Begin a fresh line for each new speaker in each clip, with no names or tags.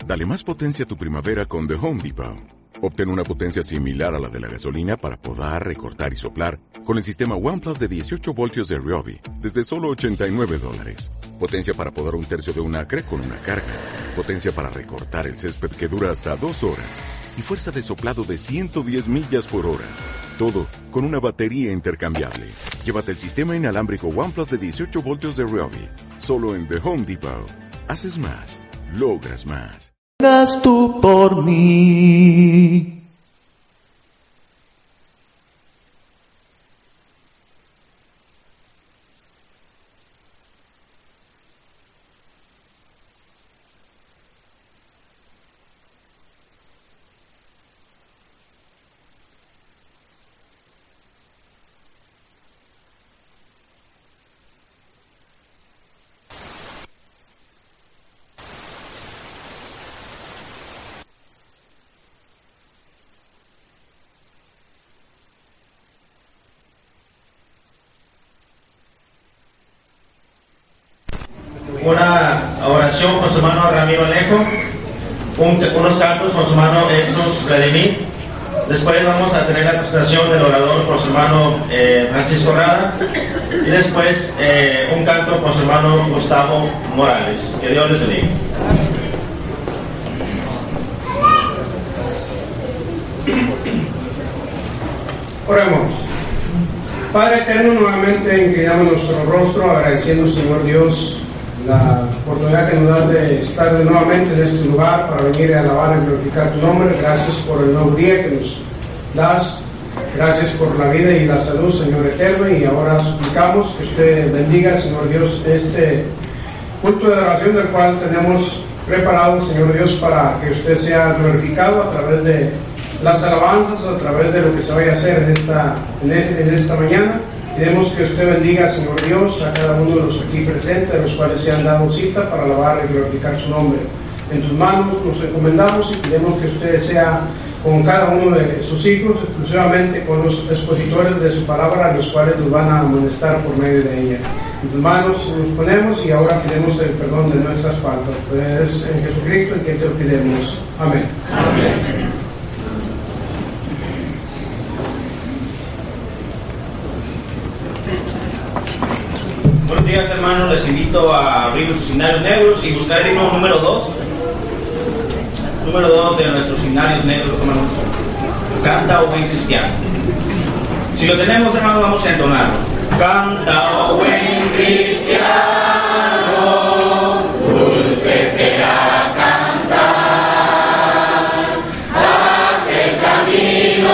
Dale más potencia a tu primavera con The Home Depot. Obtén una potencia similar a la de la gasolina para podar, recortar y soplar con el sistema OnePlus de 18 voltios de Ryobi desde solo $89. Potencia para podar un tercio de un acre con una carga. Potencia para recortar el césped que dura hasta 2 horas. Y fuerza de soplado de 110 millas por hora. Todo con una batería intercambiable. Llévate el sistema inalámbrico OnePlus de 18 voltios de Ryobi. Solo en The Home Depot. Haces más. Logras más.
Hagas tú por mí.
Una oración con su hermano Ramiro Alejo, unos cantos con su hermano Jesús Vladimir. Después vamos a tener la presentación del orador con su hermano Francisco Rada, y después un canto con su hermano Gustavo Morales. Que Dios les bendiga.
Oremos. Padre eterno, nuevamente inclinamos nuestro rostro agradeciendo, Señor Dios, la oportunidad que nos das de estar nuevamente en este lugar para venir a alabar y glorificar tu nombre. Gracias por el nuevo día que nos das. Gracias por la vida y la salud, Señor eterno. Y ahora suplicamos que usted bendiga, Señor Dios, este culto de oración del cual tenemos preparado, Señor Dios, para que usted sea glorificado a través de las alabanzas, a través de lo que se vaya a hacer en esta mañana. Queremos que usted bendiga, Señor Dios, a cada uno de los aquí presentes, a los cuales se han dado cita para alabar y glorificar su nombre. En tus manos nos encomendamos y queremos que usted sea con cada uno de sus hijos, exclusivamente con los expositores de su palabra, los cuales nos van a amonestar por medio de ella. En tus manos nos ponemos y ahora pedimos el perdón de nuestras faltas. Pues en Jesucristo en quien te lo pedimos. Amén. Amén.
Buenos días, hermanos. Les invito a abrir sus signarios negros y buscar el himno número 2. Número 2 de nuestros signarios negros, hermanos. Canta, oh buen cristiano. Si lo tenemos, hermanos, vamos a entonarlo. Canta, oh buen cristiano, dulce será cantar, haz el camino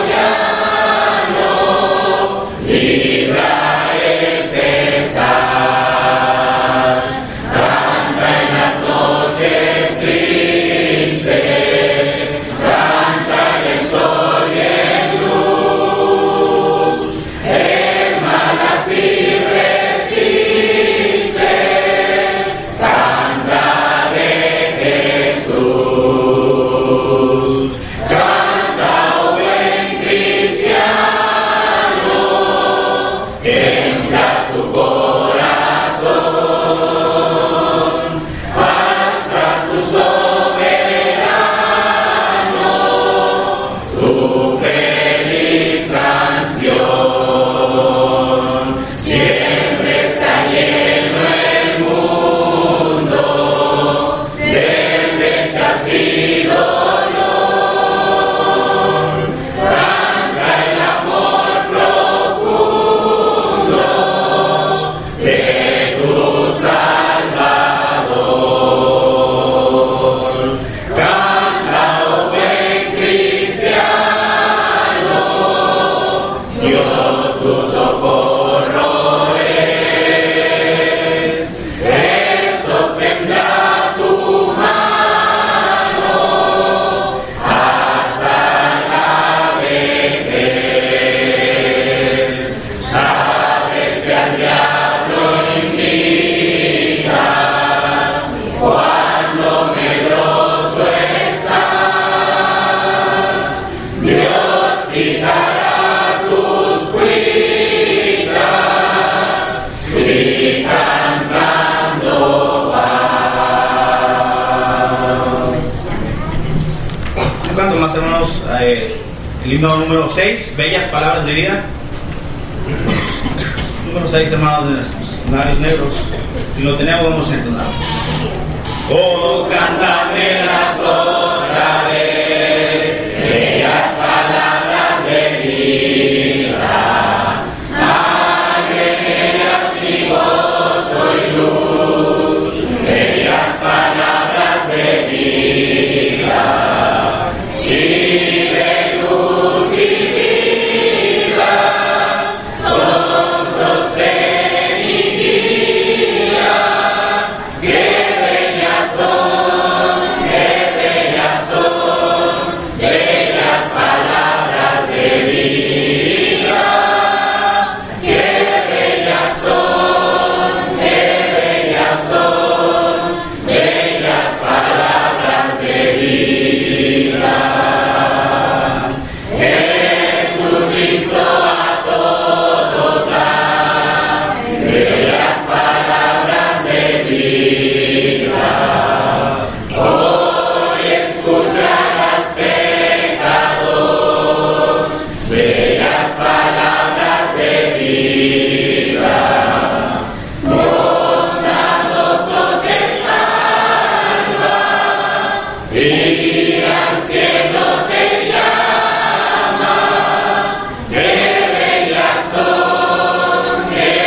llano, libra el pesar, canta en las noches tristes, canta en el sol y en luz, el mal así resiste.
pongan, Tomás, hermanos, el himno número 6, Bellas Palabras de Vida. Número 6, hermanos, de labios negros. Si lo tenemos, vamos a entonar. Oh, cántamelas otra vez, bellas palabras de vida. Alegría mi gozo y luz, bellas palabras de vida. Sí, de luz y vida, son sostén y guía. Qué bellas son, bellas palabras de vida. Qué bellas son, bellas palabras de vida. Jesucristo a todo da, bellas palabras de vida. Hoy escucharás, pecador, bellas palabras de vida. Bondadoso te salva y al cielo te llama. Qué bellas son,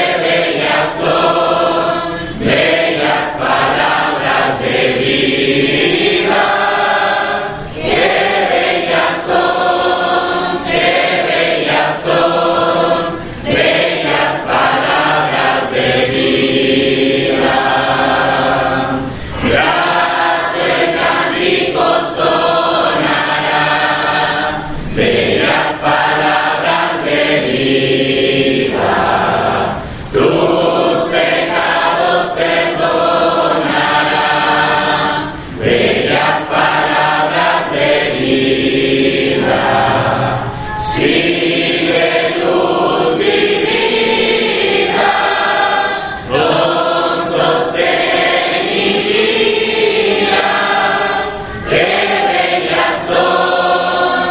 bellas palabras de vida. Qué bellas son, bellas palabras de vida. Grato el cántico sonará, bellas palabras de vida. Tus pecados perdonará, bellas palabras de vida. Sigue luz y vida, son sostén y guía. Qué bellas son,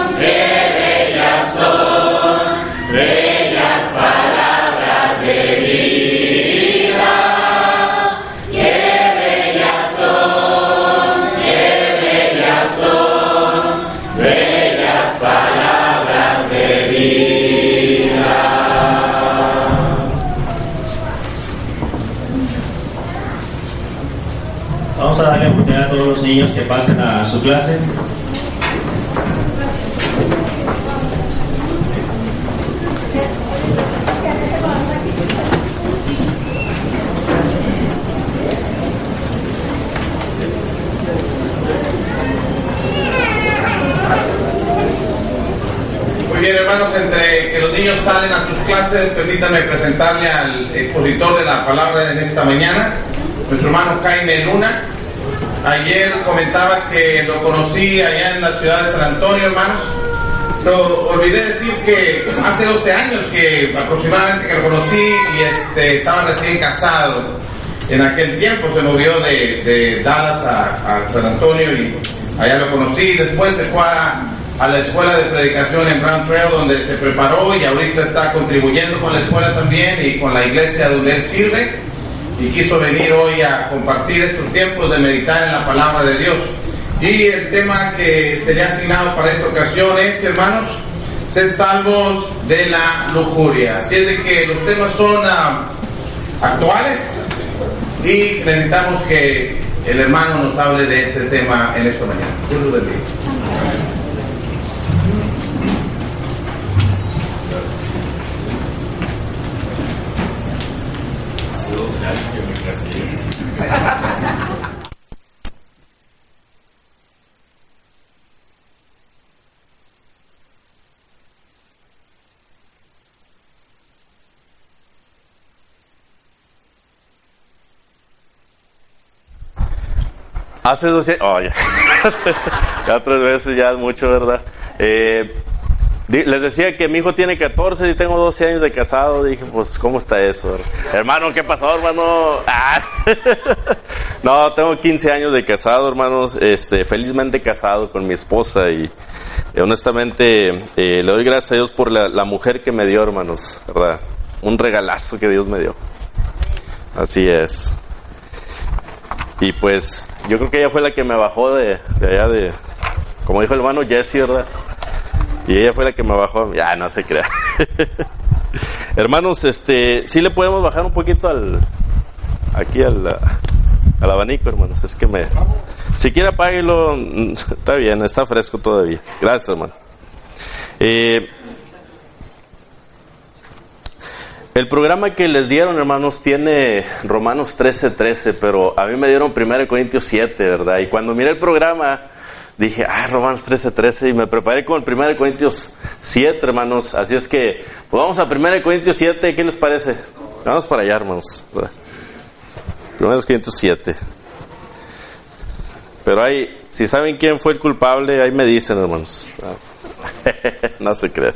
bellas palabras de vida. Qué bellas son, bellas palabras de vida.
Vamos a darle oportunidad a todos los niños que pasen a su clase.
Muy bien, hermanos, entre que los niños salen a sus clases, permítanme presentarle al expositor de la palabra en esta mañana, nuestro hermano Jaime Luna. Ayer comentaba que lo conocí allá en la ciudad de San Antonio, hermanos. Pero olvidé decir que hace 12 años que aproximadamente que lo conocí y estaba recién casado. En aquel tiempo se movió de Dallas a San Antonio y allá lo conocí. Después se fue a la escuela de predicación en Brown Trail, donde se preparó y ahorita está contribuyendo con la escuela también y con la iglesia donde él sirve. Y quiso venir hoy a compartir estos tiempos de meditar en la palabra de Dios. Y el tema que se le ha asignado para esta ocasión es, hermanos, sed salvos de la lujuria. Así es de que los temas son actuales y necesitamos que el hermano nos hable de este tema en esta mañana. Dios los bendiga.
Hace 12 años, ya 3 veces ya es mucho, ¿verdad? Les decía que mi hijo tiene 14 y tengo 12 años de casado. Dije, pues, ¿cómo está eso? Hermano, ¿qué pasó, hermano? No, tengo 15 años de casado, hermanos. Felizmente casado con mi esposa y honestamente le doy gracias a Dios por la mujer que me dio, hermanos, ¿verdad? Un regalazo que Dios me dio. Así es. Y pues, yo creo que ella fue la que me bajó de allá como dijo el hermano Jesse, ¿verdad? Y ella fue la que me bajó. Ya, no se crea. Hermanos, sí le podemos bajar un poquito al abanico, hermanos. Es que si quiere apáguelo. Está bien, está fresco todavía. Gracias, hermano. El programa que les dieron, hermanos, tiene Romanos 13:13, pero a mí me dieron 1 Corintios 7, ¿verdad? Y cuando miré el programa, dije, Romanos 13:13, y me preparé con 1 Corintios 7, hermanos. Así es que, pues vamos a 1 Corintios 7, ¿qué les parece? Vamos para allá, hermanos, ¿verdad? 1 Corintios 7. Pero si saben quién fue el culpable, ahí me dicen, hermanos. No se crean.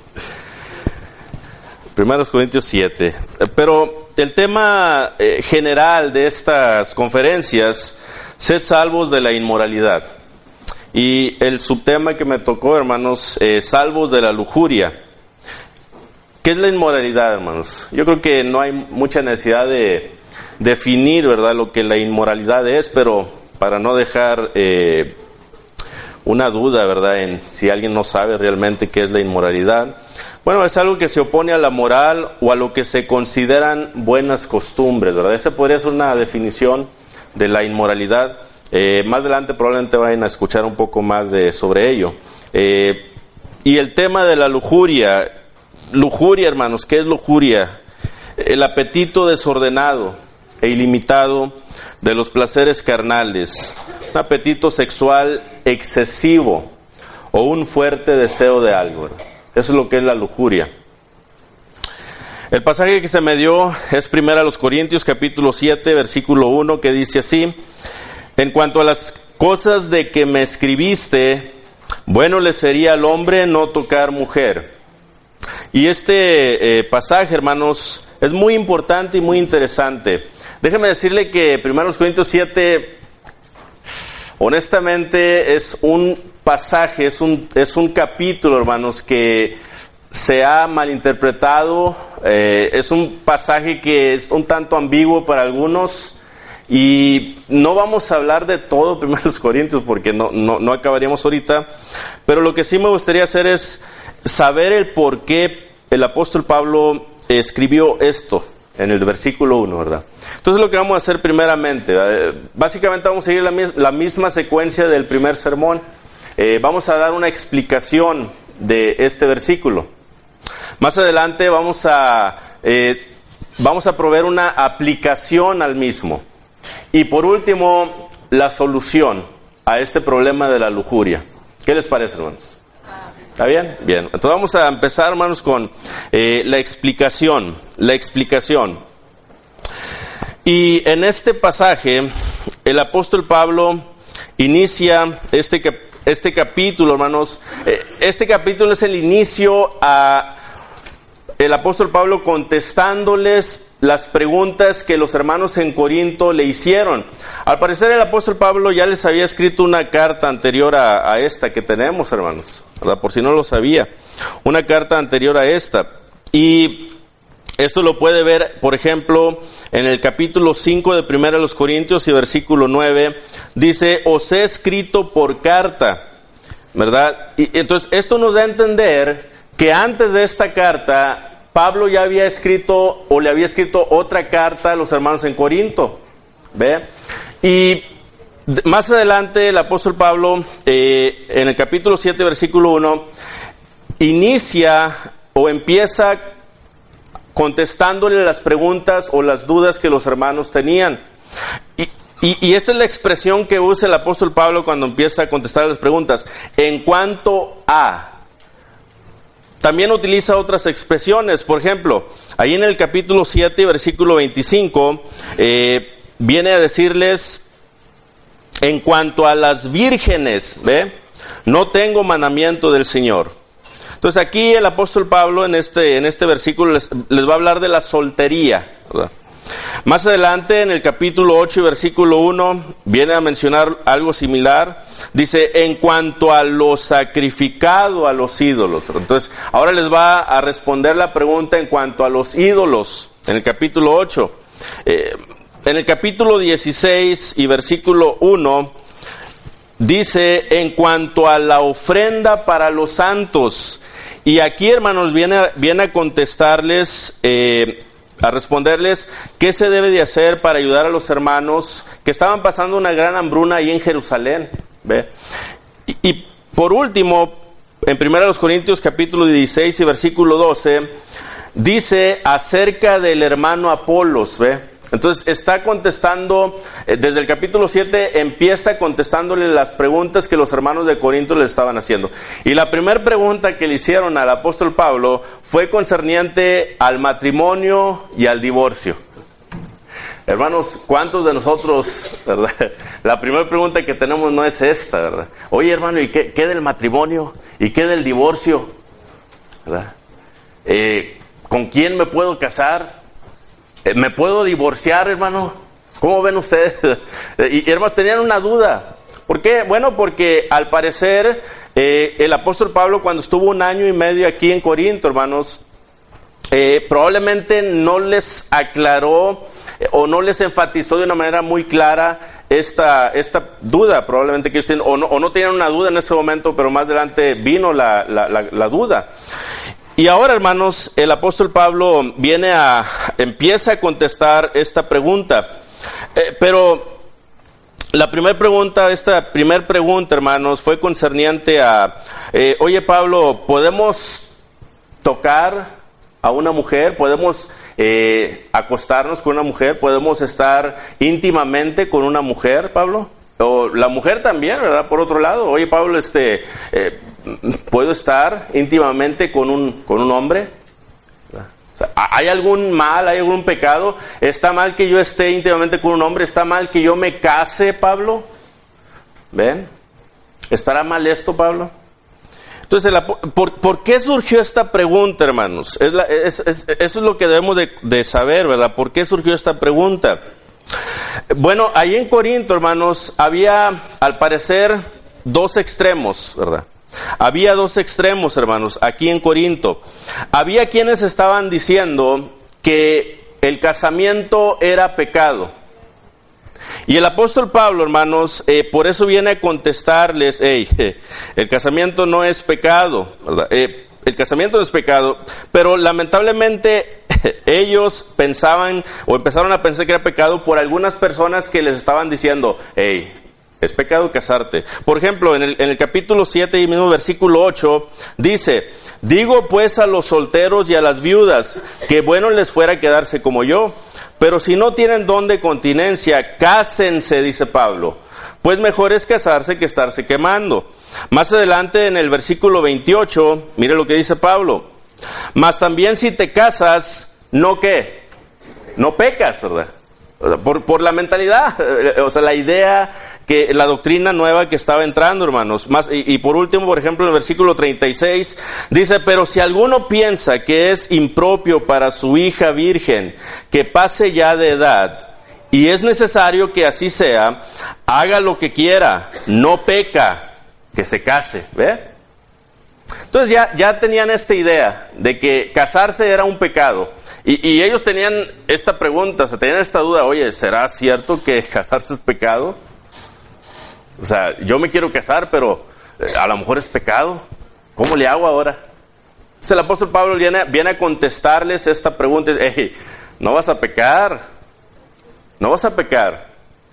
1 Corintios 7. Pero el tema general de estas conferencias, sed salvos de la inmoralidad. Y el subtema que me tocó, hermanos, salvos de la lujuria. ¿Qué es la inmoralidad, hermanos? Yo creo que no hay mucha necesidad de definir, ¿verdad?, lo que la inmoralidad es, pero para no dejar una duda, ¿verdad?, en si alguien no sabe realmente qué es la inmoralidad. Bueno, es algo que se opone a la moral o a lo que se consideran buenas costumbres, ¿verdad? Esa podría ser una definición de la inmoralidad. Más adelante probablemente vayan a escuchar un poco más sobre ello. Y el tema de la lujuria, hermanos, ¿qué es lujuria? El apetito desordenado e ilimitado de los placeres carnales, un apetito sexual excesivo o un fuerte deseo de algo, ¿verdad? Eso es lo que es la lujuria. El pasaje que se me dio es 1 Corintios capítulo 7, versículo 1, que dice así: en cuanto a las cosas de que me escribiste, bueno le sería al hombre no tocar mujer. Y este pasaje, hermanos, es muy importante y muy interesante. Déjeme decirle que 1 Corintios 7, honestamente, es un pasaje, es un capítulo, hermanos, que se ha malinterpretado. Es un pasaje que es un tanto ambiguo para algunos. Y no vamos a hablar de todo 1 Corintios porque no acabaríamos ahorita, pero lo que sí me gustaría hacer es saber el por qué el apóstol Pablo escribió esto en el versículo 1, ¿verdad? Entonces lo que vamos a hacer primeramente, básicamente vamos a seguir la misma secuencia del primer sermón. Vamos a dar una explicación de este versículo. Más adelante vamos a proveer una aplicación al mismo. Y por último, la solución a este problema de la lujuria. ¿Qué les parece, hermanos? ¿Está bien? Bien. Entonces vamos a empezar, hermanos, con la explicación. Y en este pasaje, el apóstol Pablo inicia este capítulo, hermanos. Este capítulo es el inicio a el apóstol Pablo contestándoles las preguntas que los hermanos en Corinto le hicieron. Al parecer el apóstol Pablo ya les había escrito una carta anterior a esta que tenemos, hermanos, ¿verdad? Por si no lo sabía, una carta anterior a esta. Y esto lo puede ver, por ejemplo, en el capítulo 5 de 1 Corintios y versículo 9, dice: os he escrito por carta, ¿verdad? Y entonces esto nos da a entender que antes de esta carta Pablo ya había escrito o le había escrito otra carta a los hermanos en Corinto, ¿ve? Y más adelante el apóstol Pablo en el capítulo 7 versículo 1 inicia o empieza contestándole las preguntas o las dudas que los hermanos tenían. Y esta es la expresión que usa el apóstol Pablo cuando empieza a contestar las preguntas. En cuanto a... También utiliza otras expresiones. Por ejemplo, ahí en el capítulo 7, versículo 25, viene a decirles: en cuanto a las vírgenes, ¿ve? No tengo mandamiento del Señor. Entonces aquí el apóstol Pablo en este versículo les va a hablar de la soltería, ¿verdad? Más adelante en el capítulo 8 y versículo 1 viene a mencionar algo similar. Dice, en cuanto a lo sacrificado a los ídolos. Entonces ahora les va a responder la pregunta en cuanto a los ídolos en el capítulo 8. En el capítulo 16 y versículo 1 dice, en cuanto a la ofrenda para los santos. Y aquí, hermanos, viene a contestarles, a responderles qué se debe de hacer para ayudar a los hermanos que estaban pasando una gran hambruna ahí en Jerusalén, ¿ve? Y por último, en 1 Corintios capítulo 16 y versículo 12, dice acerca del hermano Apolos, ¿ve? Entonces está contestando, desde el capítulo 7 empieza contestándole las preguntas que los hermanos de Corinto le estaban haciendo. Y la primera pregunta que le hicieron al apóstol Pablo fue concerniente al matrimonio y al divorcio. Hermanos, ¿cuántos de nosotros, verdad? La primera pregunta que tenemos no es esta, ¿verdad? Oye, hermano, ¿y qué del matrimonio? ¿Y qué del divorcio? ¿Verdad? ¿Con quién me puedo casar? ¿Me puedo divorciar, hermano? ¿Cómo ven ustedes? Y hermanos, tenían una duda. ¿Por qué? Bueno, porque al parecer el apóstol Pablo, cuando estuvo 1 año y medio aquí en Corinto, hermanos, probablemente no les aclaró o no les enfatizó de una manera muy clara esta duda, probablemente que ellos tienen, o no tenían una duda en ese momento, pero más adelante vino la duda. Y ahora, hermanos, el apóstol Pablo empieza a contestar esta pregunta. Pero esta primera pregunta, hermanos, fue concerniente a, oye, Pablo, ¿podemos tocar a una mujer? ¿Podemos acostarnos con una mujer? ¿Podemos estar íntimamente con una mujer, Pablo? O la mujer también, ¿verdad? Por otro lado, oye, Pablo, ¿puedo estar íntimamente con un hombre? O sea, ¿hay algún mal, hay algún pecado? ¿Está mal que yo esté íntimamente con un hombre? ¿Está mal que yo me case, Pablo? ¿Ven? ¿Estará mal esto, Pablo? Entonces, ¿por qué surgió esta pregunta, hermanos? Eso es lo que debemos de saber, ¿verdad? ¿Por qué surgió esta pregunta? Bueno, ahí en Corinto, hermanos, había, al parecer, 2 extremos, ¿verdad? Había 2 extremos, hermanos, aquí en Corinto. Había quienes estaban diciendo que el casamiento era pecado. Y el apóstol Pablo, hermanos, por eso viene a contestarles, el casamiento no es pecado, ¿verdad? El casamiento no es pecado, pero lamentablemente ellos pensaban o empezaron a pensar que era pecado por algunas personas que les estaban diciendo, es pecado casarte. Por ejemplo, en el capítulo 7 y mismo versículo 8 dice, digo pues a los solteros y a las viudas que bueno les fuera quedarse como yo, pero si no tienen don de continencia, cásense, dice Pablo, pues mejor es casarse que estarse quemando. Más adelante en el versículo 28, mire lo que dice Pablo, mas también si te casas, ¿no qué? No pecas, ¿verdad? O sea, por la mentalidad, o sea, la idea, que la doctrina nueva que estaba entrando, hermanos. Y por último, por ejemplo, en el versículo 36, dice, pero si alguno piensa que es impropio para su hija virgen, que pase ya de edad, y es necesario que así sea, haga lo que quiera, no peca, que se case, ¿ve? Entonces ya tenían esta idea de que casarse era un pecado. Y ellos tenían esta pregunta, o sea, tenían esta duda, oye, ¿será cierto que casarse es pecado? O sea, yo me quiero casar, pero a lo mejor es pecado. ¿Cómo le hago ahora? Entonces el apóstol Pablo viene a contestarles esta pregunta. No vas a pecar. No vas a pecar.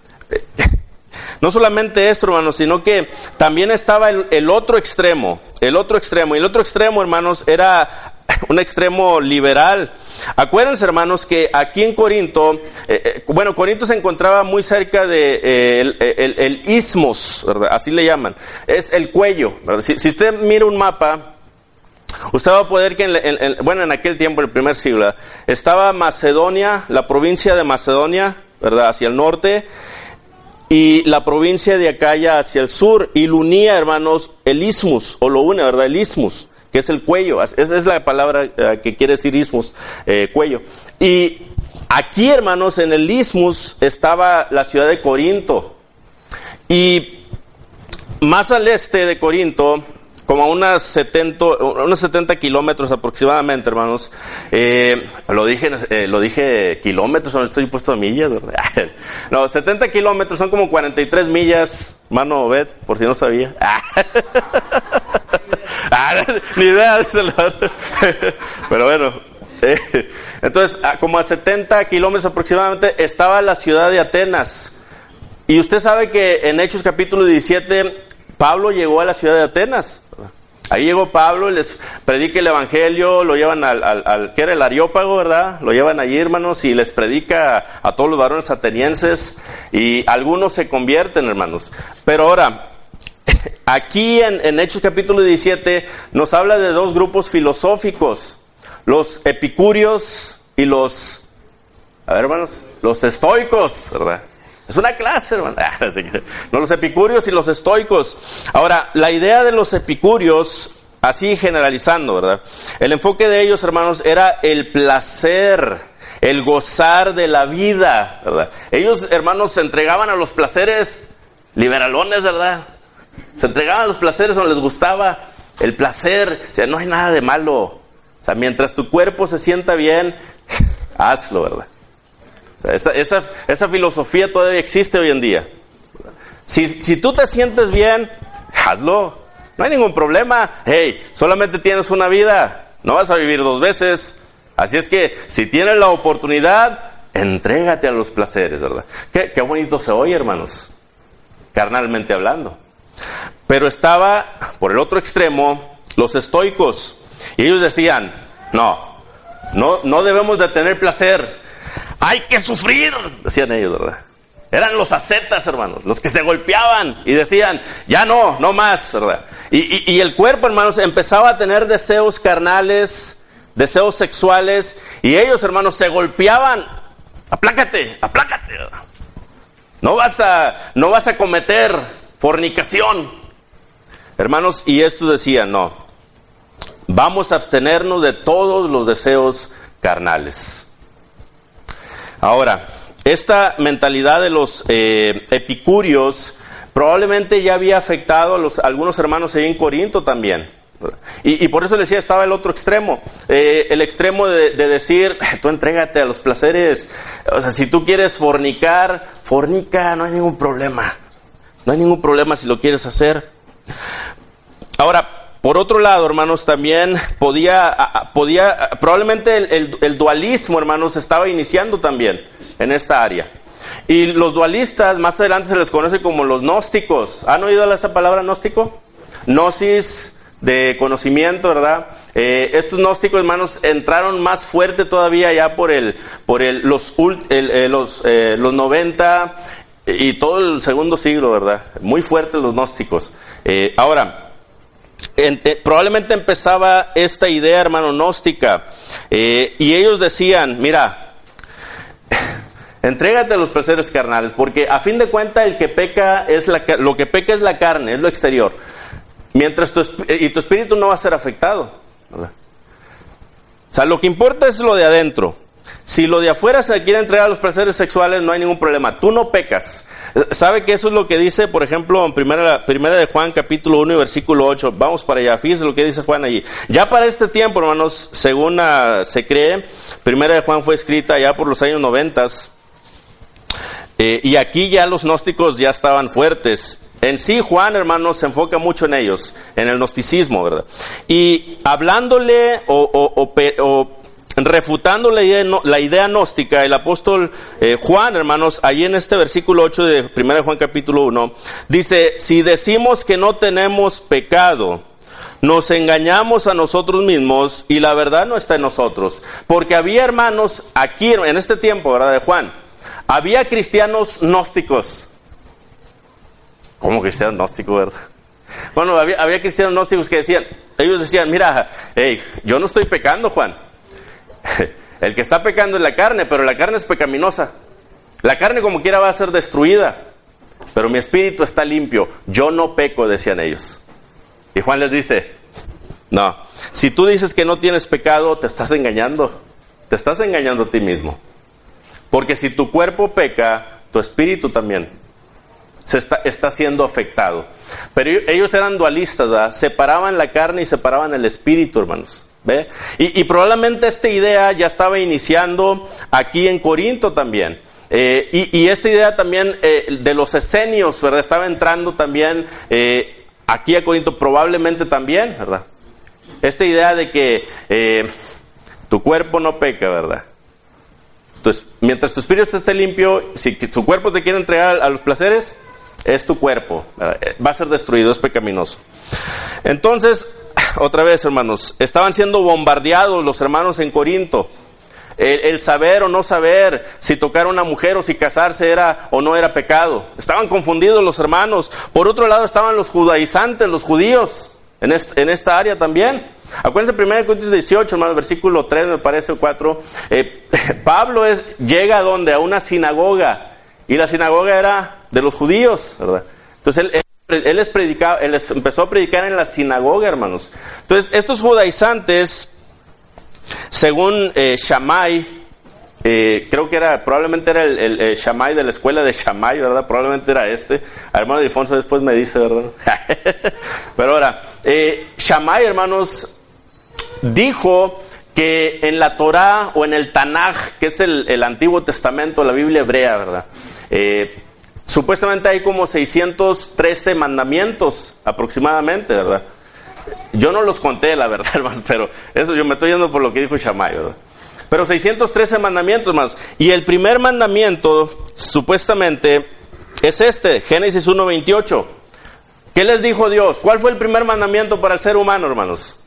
No solamente esto, hermanos, sino que también estaba el otro extremo. El otro extremo, hermanos, era un extremo liberal. Acuérdense, hermanos, que aquí en Corinto, Corinto se encontraba muy cerca de el Isthmus, ¿verdad? Así le llaman. Es el cuello, ¿verdad? Si usted mira un mapa, usted va a poder que en aquel tiempo, en el primer siglo, estaba Macedonia, la provincia de Macedonia, ¿verdad? Hacia el norte, y la provincia de Acaya hacia el sur, y lo unía, hermanos, el Isthmus, o lo une, ¿verdad? El Isthmus, que es el cuello. Esa es la palabra que quiere decir isthmus, cuello. Y aquí, hermanos, en el isthmus estaba la ciudad de Corinto. Y más al este de Corinto, como a unos 70 kilómetros aproximadamente, hermanos. Lo dije kilómetros, no estoy puesto a millas, ¿verdad? No, 70 kilómetros son como 43 millas, hermano Obed, por si no sabía. Ni idea. Pero bueno. Entonces, como a 70 kilómetros aproximadamente estaba la ciudad de Atenas. Y usted sabe que en Hechos capítulo 17, Pablo llegó a la ciudad de Atenas. Ahí llegó Pablo, les predica el evangelio, lo llevan al que era el Areópago, ¿verdad? Lo llevan allí, hermanos, y les predica a todos los varones atenienses, y algunos se convierten, hermanos. Pero ahora, aquí en Hechos capítulo 17 nos habla de dos grupos filosóficos, los epicúreos y los estoicos, ¿verdad? Es una clase, hermano. No, los epicúreos y los estoicos. Ahora, la idea de los epicúreos, así generalizando, ¿verdad? El enfoque de ellos, hermanos, era el placer, el gozar de la vida, ¿verdad? Ellos, hermanos, se entregaban a los placeres liberalones, ¿verdad? Se entregaban a los placeres donde les gustaba el placer. O sea, no hay nada de malo. O sea, mientras tu cuerpo se sienta bien, hazlo, ¿verdad? Esa filosofía todavía existe hoy en día. Si tú te sientes bien, hazlo. No hay ningún problema. Hey, solamente tienes una vida. No vas a vivir 2 veces. Así es que, si tienes la oportunidad, entrégate a los placeres, ¿verdad? Qué bonito se oye, hermanos. Carnalmente hablando. Pero estaba, por el otro extremo, los estoicos. Y ellos decían, no debemos de tener placer. Hay que sufrir, decían ellos, ¿verdad? Eran los ascetas, hermanos, los que se golpeaban y decían, ya no más, ¿verdad? Y el cuerpo, hermanos, empezaba a tener deseos carnales, deseos sexuales, y ellos, hermanos, se golpeaban. Aplácate, ¿verdad? No vas a cometer fornicación. Hermanos, y estos decían, no, vamos a abstenernos de todos los deseos carnales. Ahora, esta mentalidad de los epicúreos probablemente ya había afectado a algunos hermanos ahí en Corinto también. Y por eso decía, estaba el otro extremo. El extremo de decir, tú entrégate a los placeres. O sea, si tú quieres fornica, no hay ningún problema. No hay ningún problema si lo quieres hacer. Ahora, por otro lado, hermanos, también probablemente el dualismo, hermanos, estaba iniciando también en esta área. Y los dualistas, más adelante se les conoce como los gnósticos. ¿Han oído esa palabra gnóstico? Gnosis, de conocimiento, ¿verdad? Estos gnósticos, hermanos, entraron más fuerte todavía ya por los 90 y todo el segundo siglo, ¿verdad? Muy fuertes los gnósticos. Ahora, probablemente empezaba esta idea, hermano, gnóstica, y ellos decían, mira, entrégate a los placeres carnales, porque a fin de cuentas el que peca lo que peca es la carne, es lo exterior, mientras tu espíritu no va a ser afectado, ¿verdad? O sea, lo que importa es lo de adentro. Si lo de afuera se quiere entregar a los placeres sexuales, no hay ningún problema. Tú no pecas. ¿Sabe que eso es lo que dice, por ejemplo, en primera de Juan, capítulo 1 y versículo 8? Vamos para allá. Fíjese lo que dice Juan allí. Ya para este tiempo, hermanos, según se cree, primera de Juan fue escrita ya por los años 90. Y aquí ya los gnósticos ya estaban fuertes. En sí, Juan, hermanos, se enfoca mucho en ellos, en el gnosticismo, ¿verdad? Y hablándole refutando la idea gnóstica, el apóstol Juan, hermanos, allí en este versículo 8 de 1 Juan capítulo 1, dice, si decimos que no tenemos pecado, nos engañamos a nosotros mismos y la verdad no está en nosotros. Porque había, hermanos, aquí en este tiempo, ¿verdad?, de Juan, había cristianos gnósticos. ¿Cómo cristianos gnósticos, verdad? Bueno, había cristianos gnósticos que ellos decían, mira, yo no estoy pecando, Juan. El que está pecando es la carne, pero la carne es pecaminosa. La carne como quiera va a ser destruida, pero mi espíritu está limpio. Yo no peco, decían ellos. Y Juan les dice, No. Si tú dices que no tienes pecado, te estás engañando. Te estás engañando a ti mismo. Porque si tu cuerpo peca, tu espíritu también está siendo afectado. Pero ellos eran dualistas, ¿verdad? Separaban la carne y separaban el espíritu, hermanos. ¿Ve? Y probablemente esta idea ya estaba iniciando aquí en Corinto también. Y esta idea también de los esenios, ¿verdad? Estaba entrando también aquí a Corinto, probablemente también, ¿verdad? Esta idea de que tu cuerpo no peca, ¿verdad? Entonces, mientras tu espíritu esté limpio, si tu cuerpo te quiere entregar a los placeres, es tu cuerpo, ¿verdad? Va a ser destruido, es pecaminoso. Entonces, otra vez, hermanos, estaban siendo bombardeados los hermanos en Corinto. El saber o no saber si tocar a una mujer o si casarse era o no era pecado. Estaban confundidos los hermanos. Por otro lado estaban los judaizantes, los judíos, en esta área también. Acuérdense 1 Corintios 18, hermanos, versículo 3 me parece, o 4. Pablo llega a ¿dónde? A una sinagoga. Y la sinagoga era de los judíos, ¿verdad? Entonces él les empezó a predicar en la sinagoga, hermanos. Entonces estos judaizantes, según Shammai, creo que probablemente era el Shammai de la escuela de Shammai, ¿verdad? Probablemente era este. Hermano Alfonso después me dice, ¿verdad? Pero ahora, Shammai, hermanos, dijo que en la Torá o en el Tanaj, que es el Antiguo Testamento, la Biblia hebrea, ¿verdad? Supuestamente hay como 613 mandamientos aproximadamente, ¿verdad? Yo no los conté, la verdad, hermanos, pero eso yo me estoy yendo por lo que dijo Shammai, ¿verdad? Pero 613 mandamientos, hermanos. Y el primer mandamiento, supuestamente, es Génesis 1:28. ¿Qué les dijo Dios? ¿Cuál fue el primer mandamiento para el ser humano, hermanos?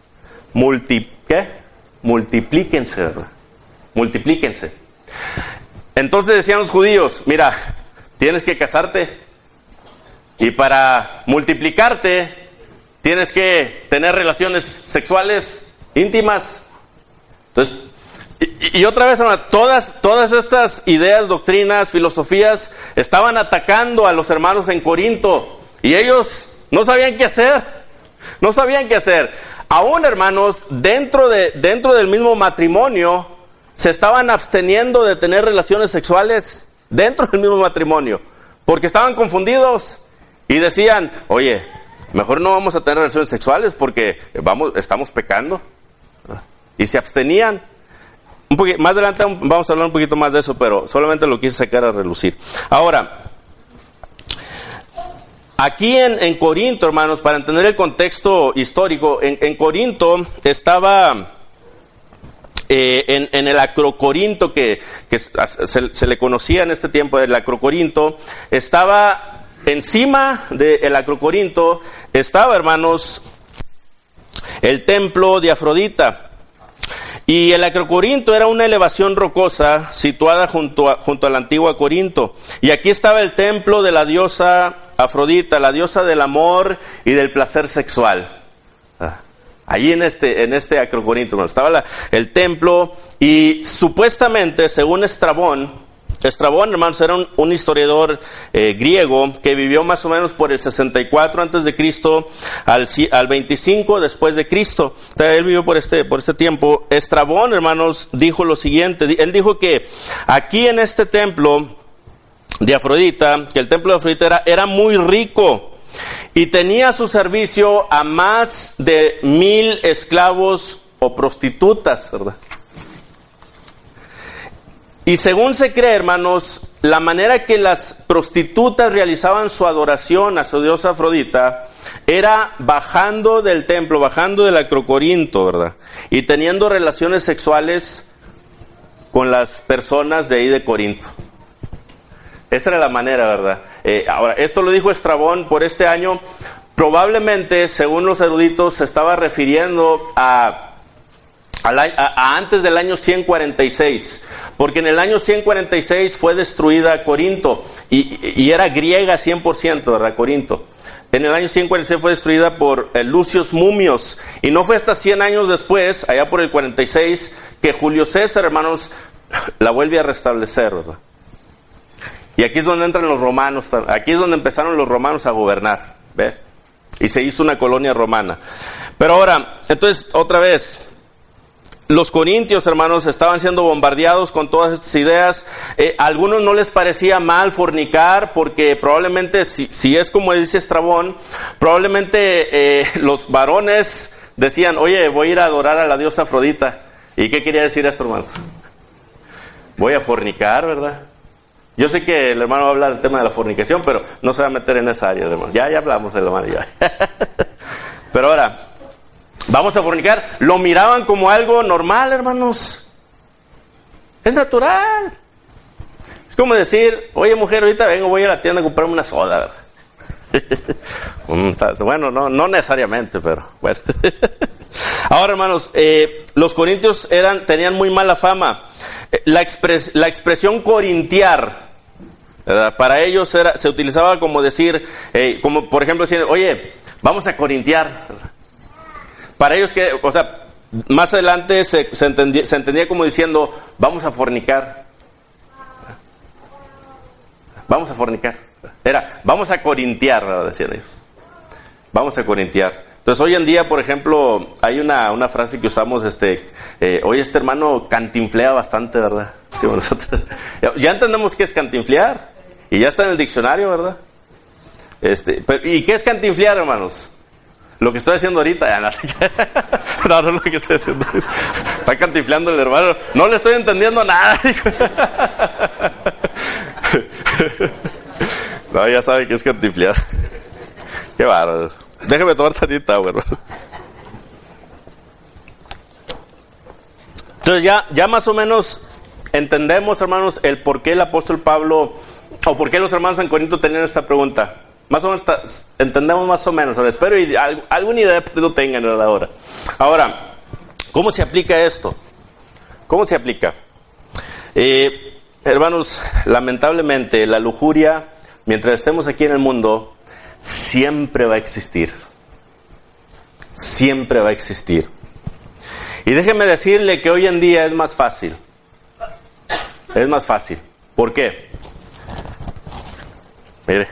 Multiplíquense, ¿verdad? Multiplíquense. Entonces decían los judíos, mira, tienes que casarte. Y para multiplicarte, tienes que tener relaciones sexuales íntimas. Entonces, y otra vez, hermano, todas estas ideas, doctrinas, filosofías estaban atacando a los hermanos en Corinto. Y ellos no sabían qué hacer. No sabían qué hacer. Aún, hermanos, dentro del mismo matrimonio, se estaban absteniendo de tener relaciones sexuales dentro del mismo matrimonio. Porque estaban confundidos. Y decían, oye, mejor no vamos a tener relaciones sexuales porque estamos pecando. Y se abstenían. Más adelante vamos a hablar un poquito más de eso, pero solamente lo quise sacar a relucir. Ahora, aquí en Corinto, hermanos, para entender el contexto histórico, en Corinto estaba en el Acrocorinto, que se le conocía en este tiempo, el Acrocorinto, estaba encima del Acrocorinto, estaba, hermanos, el templo de Afrodita. Y el Acrocorinto era una elevación rocosa situada junto a la antigua Corinto. Y aquí estaba el templo de la diosa Afrodita, la diosa del amor y del placer sexual. Allí en este Acrocorinto, estaba el templo, y supuestamente, según Estrabón, hermanos, era un historiador griego que vivió más o menos por el 64 antes de Cristo al 25 después de Cristo. Él vivió por este tiempo. Estrabón, hermanos, dijo lo siguiente. Él dijo que aquí en este templo de Afrodita, que el templo de Afrodita era muy rico y tenía a su servicio a más de 1,000 esclavos o prostitutas, ¿verdad? Y según se cree, hermanos, la manera que las prostitutas realizaban su adoración a su diosa Afrodita era bajando del templo, bajando del Acrocorinto, ¿verdad? Y teniendo relaciones sexuales con las personas de ahí de Corinto. Esa era la manera, ¿verdad? Ahora, esto lo dijo Estrabón por este año. Probablemente, según los eruditos, se estaba refiriendo a antes del año 146, porque en el año 146 fue destruida Corinto, y era griega 100%, ¿verdad? Corinto. En el año 146 fue destruida por Lucius Mumios, y no fue hasta 100 años después, allá por el 46, que Julio César, hermanos, la vuelve a restablecer, ¿verdad? Y aquí es donde entran los romanos, aquí es donde empezaron los romanos a gobernar, ¿ve? y se hizo una colonia romana. Pero ahora, entonces, otra vez, los corintios, hermanos, estaban siendo bombardeados con todas estas ideas. A algunos no les parecía mal fornicar, porque probablemente, si es como dice Estrabón, probablemente los varones decían, oye, voy a ir a adorar a la diosa Afrodita. ¿Y qué quería decir esto, hermanos? Voy a fornicar, ¿verdad? Yo sé que el hermano va a hablar del tema de la fornicación, pero no se va a meter en esa área, hermano. Ya hablamos del hermano, ya. Pero ahora, vamos a fornicar. Lo miraban como algo normal, hermanos. Es natural. Es como decir, oye, mujer, ahorita vengo, voy a la tienda a comprarme una soda, ¿verdad? Bueno, no necesariamente, pero bueno. Ahora, hermanos, los corintios tenían muy mala fama. La expresión corintiar, ¿verdad? Para ellos se utilizaba como decir, como por ejemplo decir, oye, vamos a corintiar, ¿verdad? Para ellos más adelante se entendía como diciendo, vamos a fornicar. Vamos a fornicar. Vamos a corintiar, ¿verdad? Decían ellos. Vamos a corintiar. Entonces hoy en día, por ejemplo, hay una frase que usamos, oye, este hermano cantinflea bastante, ¿verdad? Sí, nosotros ya entendemos qué es cantinflear, y ya está en el diccionario, ¿verdad? ¿Y qué es cantinflear, hermanos? Lo que estoy haciendo ahorita, no es lo que estoy haciendo ahorita. Está cantinfleando el hermano, no le estoy entendiendo nada. No, ya sabe qué es cantinflear. Qué bárbaro. Déjame tomar tantita agua, hermano. Entonces ya más o menos entendemos, hermanos, el por qué el apóstol Pablo, o por qué los hermanos en Corinto tenían esta pregunta. Más o menos entendemos más o menos. Ahora, espero y alguna idea lo tengan ahora. Ahora, ¿cómo se aplica esto? ¿Cómo se aplica? Hermanos, lamentablemente la lujuria, mientras estemos aquí en el mundo, siempre va a existir. Siempre va a existir. Y déjeme decirle que hoy en día es más fácil. Es más fácil. ¿Por qué? Mire.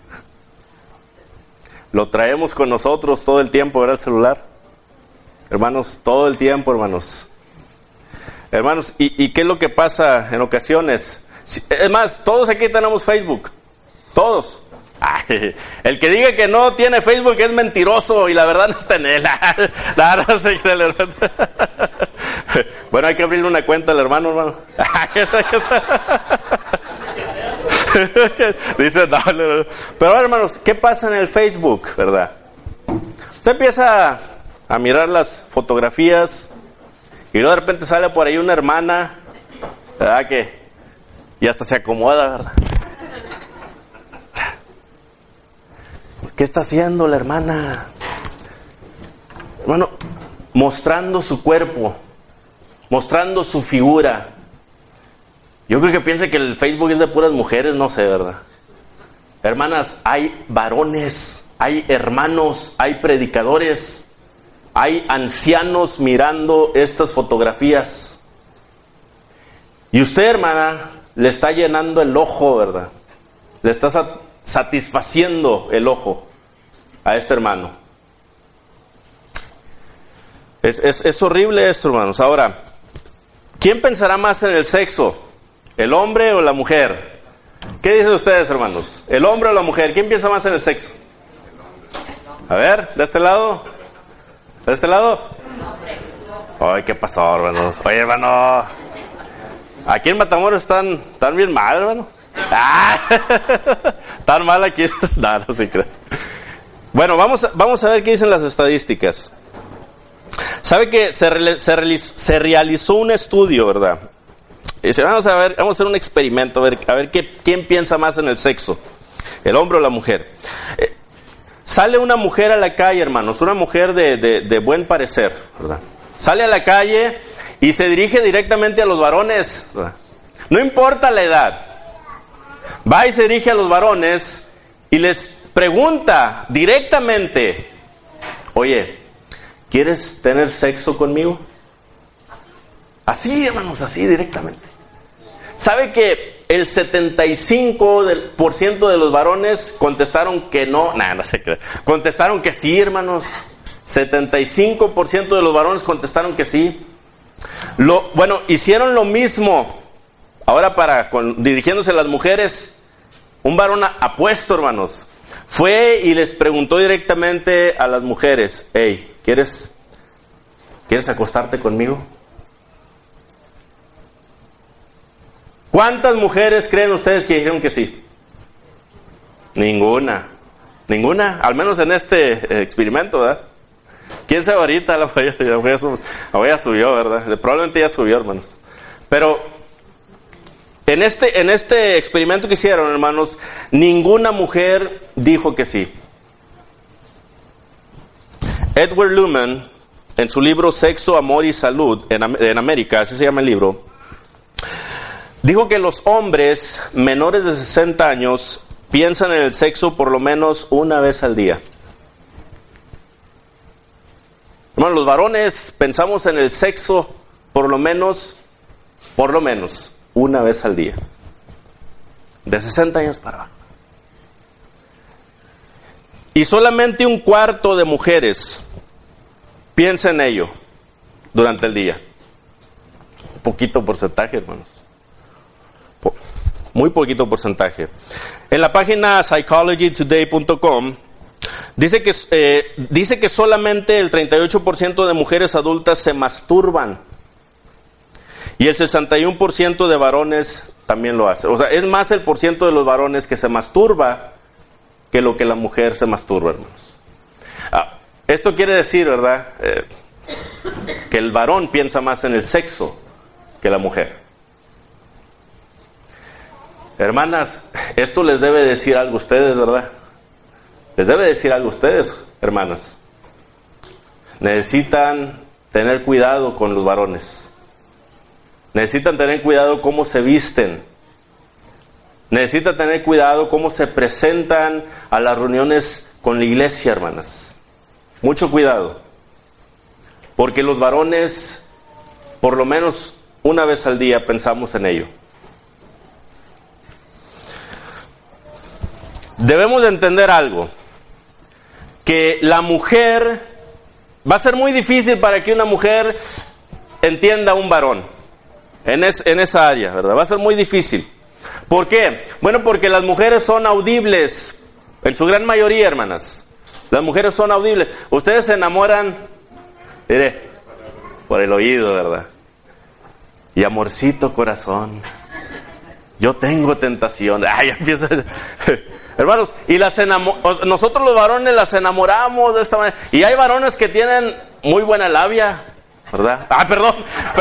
Lo traemos con nosotros todo el tiempo, ¿verdad? El celular. Hermanos, todo el tiempo, hermanos. Hermanos, ¿y qué es lo que pasa en ocasiones? Es más, todos aquí tenemos Facebook. Todos. Ay, el que diga que no tiene Facebook es mentiroso y la verdad no está en él. No se cree el hermano. Bueno, hay que abrirle una cuenta al hermano. Dice, no. Pero hermanos, ¿qué pasa en el Facebook, verdad? Usted empieza a mirar las fotografías y luego de repente sale por ahí una hermana, ¿verdad? Que y hasta se acomoda, ¿verdad? ¿Qué está haciendo la hermana? Hermano, mostrando su cuerpo, mostrando su figura. Yo creo que piensa que el Facebook es de puras mujeres, no sé, ¿verdad? Hermanas, hay varones, hay hermanos, hay predicadores, hay ancianos mirando estas fotografías. Y usted, hermana, le está llenando el ojo, ¿verdad? Le está satisfaciendo el ojo a este hermano. Es horrible esto, hermanos. Ahora, ¿quién pensará más en el sexo? ¿El hombre o la mujer? ¿Qué dicen ustedes, hermanos? ¿El hombre o la mujer? ¿Quién piensa más en el sexo? A ver, ¿de este lado? ¿De este lado? Ay, ¿qué pasó, hermano? Oye, hermano, aquí en Matamoros están bien mal, hermano. Tan mal aquí. No se cree. Bueno, vamos a ver qué dicen las estadísticas. ¿Sabe que se realizó un estudio, verdad? Y dice, vamos a hacer un experimento, a ver quién piensa más en el sexo, el hombre o la mujer. Sale una mujer a la calle, hermanos, una mujer de buen parecer, ¿verdad? Sale a la calle y se dirige directamente a los varones, ¿verdad? No importa la edad. Va y se dirige a los varones y les pregunta directamente, oye, ¿quieres tener sexo conmigo? Así, hermanos, así directamente. ¿Sabe que el 75% de los varones contestaron que no. No se cree. Contestaron que sí, hermanos. 75% de los varones contestaron que sí. Hicieron lo mismo. Ahora dirigiéndose a las mujeres, un varón apuesto, hermanos, fue y les preguntó directamente a las mujeres: hey, ¿quieres acostarte conmigo? ¿Cuántas mujeres creen ustedes que dijeron que sí? Ninguna, al menos en este experimento, ¿verdad? ¿Quién sabe ahorita? La ya subió, ¿verdad? Probablemente ya subió, hermanos. Pero en este experimento que hicieron, hermanos, ninguna mujer dijo que sí. Edward Luhmann, en su libro Sexo, Amor y Salud en América, así se llama el libro, dijo que los hombres menores de 60 años piensan en el sexo por lo menos una vez al día. Hermanos, los varones pensamos en el sexo por lo menos una vez al día. De 60 años para abajo. Y solamente un cuarto de mujeres piensa en ello durante el día. Poquito porcentaje, hermanos. Muy poquito porcentaje. En la página psychologytoday.com dice que solamente el 38% de mujeres adultas se masturban y el 61% de varones también lo hace. O sea, es más el porciento de los varones que se masturba que lo que la mujer se masturba, hermanos. Esto quiere decir, ¿verdad? Que el varón piensa más en el sexo que la mujer. Hermanas, esto les debe decir algo a ustedes, ¿verdad? Les debe decir algo a ustedes, hermanas. Necesitan tener cuidado con los varones. Necesitan tener cuidado cómo se visten. Necesitan tener cuidado cómo se presentan a las reuniones con la iglesia, hermanas. Mucho cuidado. Porque los varones, por lo menos una vez al día, pensamos en ello. Debemos de entender algo, que la mujer, va a ser muy difícil para que una mujer entienda a un varón en esa área, ¿verdad? Va a ser muy difícil. ¿Por qué? Bueno, porque las mujeres son audibles, en su gran mayoría, hermanas. Las mujeres son audibles. Ustedes se enamoran, mire, por el oído, ¿verdad? Y amorcito corazón, yo tengo tentación. Ay, empieza. Hermanos, y nosotros los varones las enamoramos de esta manera. Y hay varones que tienen muy buena labia, ¿verdad? Perdón.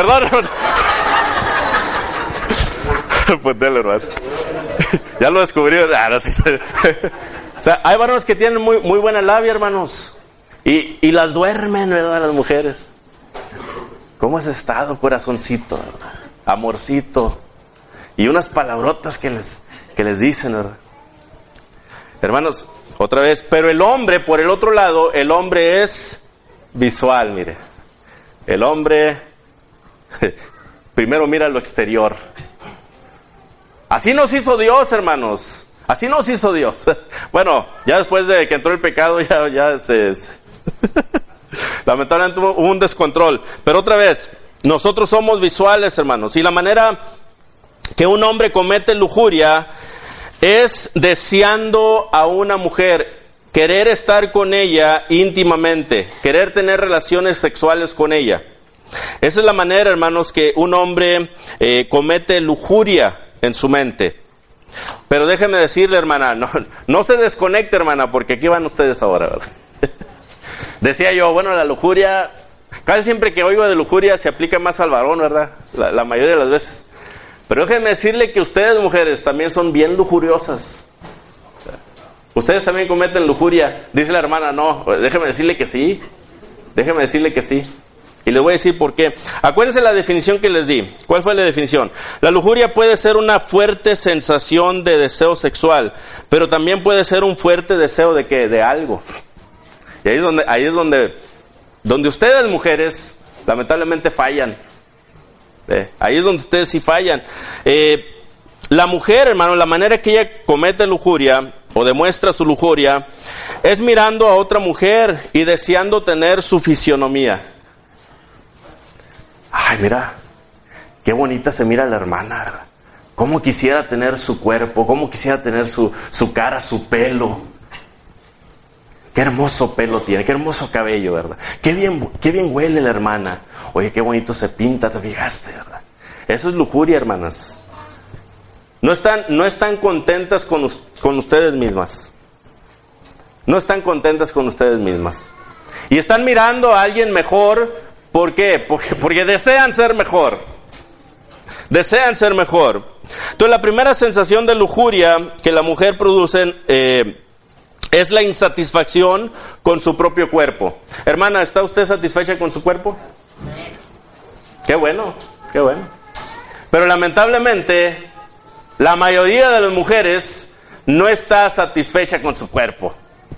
Pues dale, hermano. Ya lo descubrí. No sé. O sea, hay varones que tienen muy buena labia, hermanos. Y las duermen, ¿verdad? Las mujeres. ¿Cómo has estado, corazoncito, verdad? Amorcito. Y unas palabrotas que les dicen, ¿verdad? Hermanos, otra vez, pero el hombre, por el otro lado, el hombre es visual, mire. El hombre primero mira lo exterior. Así nos hizo Dios, hermanos. Así nos hizo Dios. Bueno, ya después de que entró el pecado, ya se lamentablemente hubo un descontrol. Pero otra vez, nosotros somos visuales, hermanos. Y la manera que un hombre comete lujuria es deseando a una mujer, querer estar con ella íntimamente, querer tener relaciones sexuales con ella. Esa es la manera, hermanos, que un hombre comete lujuria en su mente. Pero déjeme decirle, hermana, no se desconecte, hermana, porque aquí van ustedes ahora, ¿verdad? Decía yo, bueno, la lujuria, casi siempre que oigo de lujuria se aplica más al varón, ¿verdad? La mayoría de las veces. Pero déjenme decirle que ustedes, mujeres, también son bien lujuriosas. O sea, ustedes también cometen lujuria. Dice la hermana, no, déjeme decirle que sí. Déjeme decirle que sí. Y les voy a decir por qué. Acuérdense la definición que les di. ¿Cuál fue la definición? La lujuria puede ser una fuerte sensación de deseo sexual, pero también puede ser un fuerte deseo de ¿qué? De algo. Y ahí es donde ustedes, mujeres, lamentablemente fallan. Ahí es donde ustedes sí fallan. la mujer, hermano, la manera que ella comete lujuria o demuestra su lujuria es mirando a otra mujer y deseando tener su fisionomía. Ay, mira, qué bonita se mira la hermana, ¿verdad? Cómo quisiera tener su cuerpo, cómo quisiera tener su cara, su pelo. Qué hermoso pelo tiene, qué hermoso cabello, ¿verdad? Qué bien huele la hermana. Oye, qué bonito se pinta, ¿te fijaste, verdad? Eso es lujuria, hermanas. No están contentas con ustedes mismas. No están contentas con ustedes mismas. Y están mirando a alguien mejor. ¿Por qué? Porque desean ser mejor. Desean ser mejor. Entonces la primera sensación de lujuria que la mujer produce es la insatisfacción con su propio cuerpo. Hermana, ¿está usted satisfecha con su cuerpo? Qué bueno, qué bueno. Pero lamentablemente, la mayoría de las mujeres no está satisfecha con su cuerpo.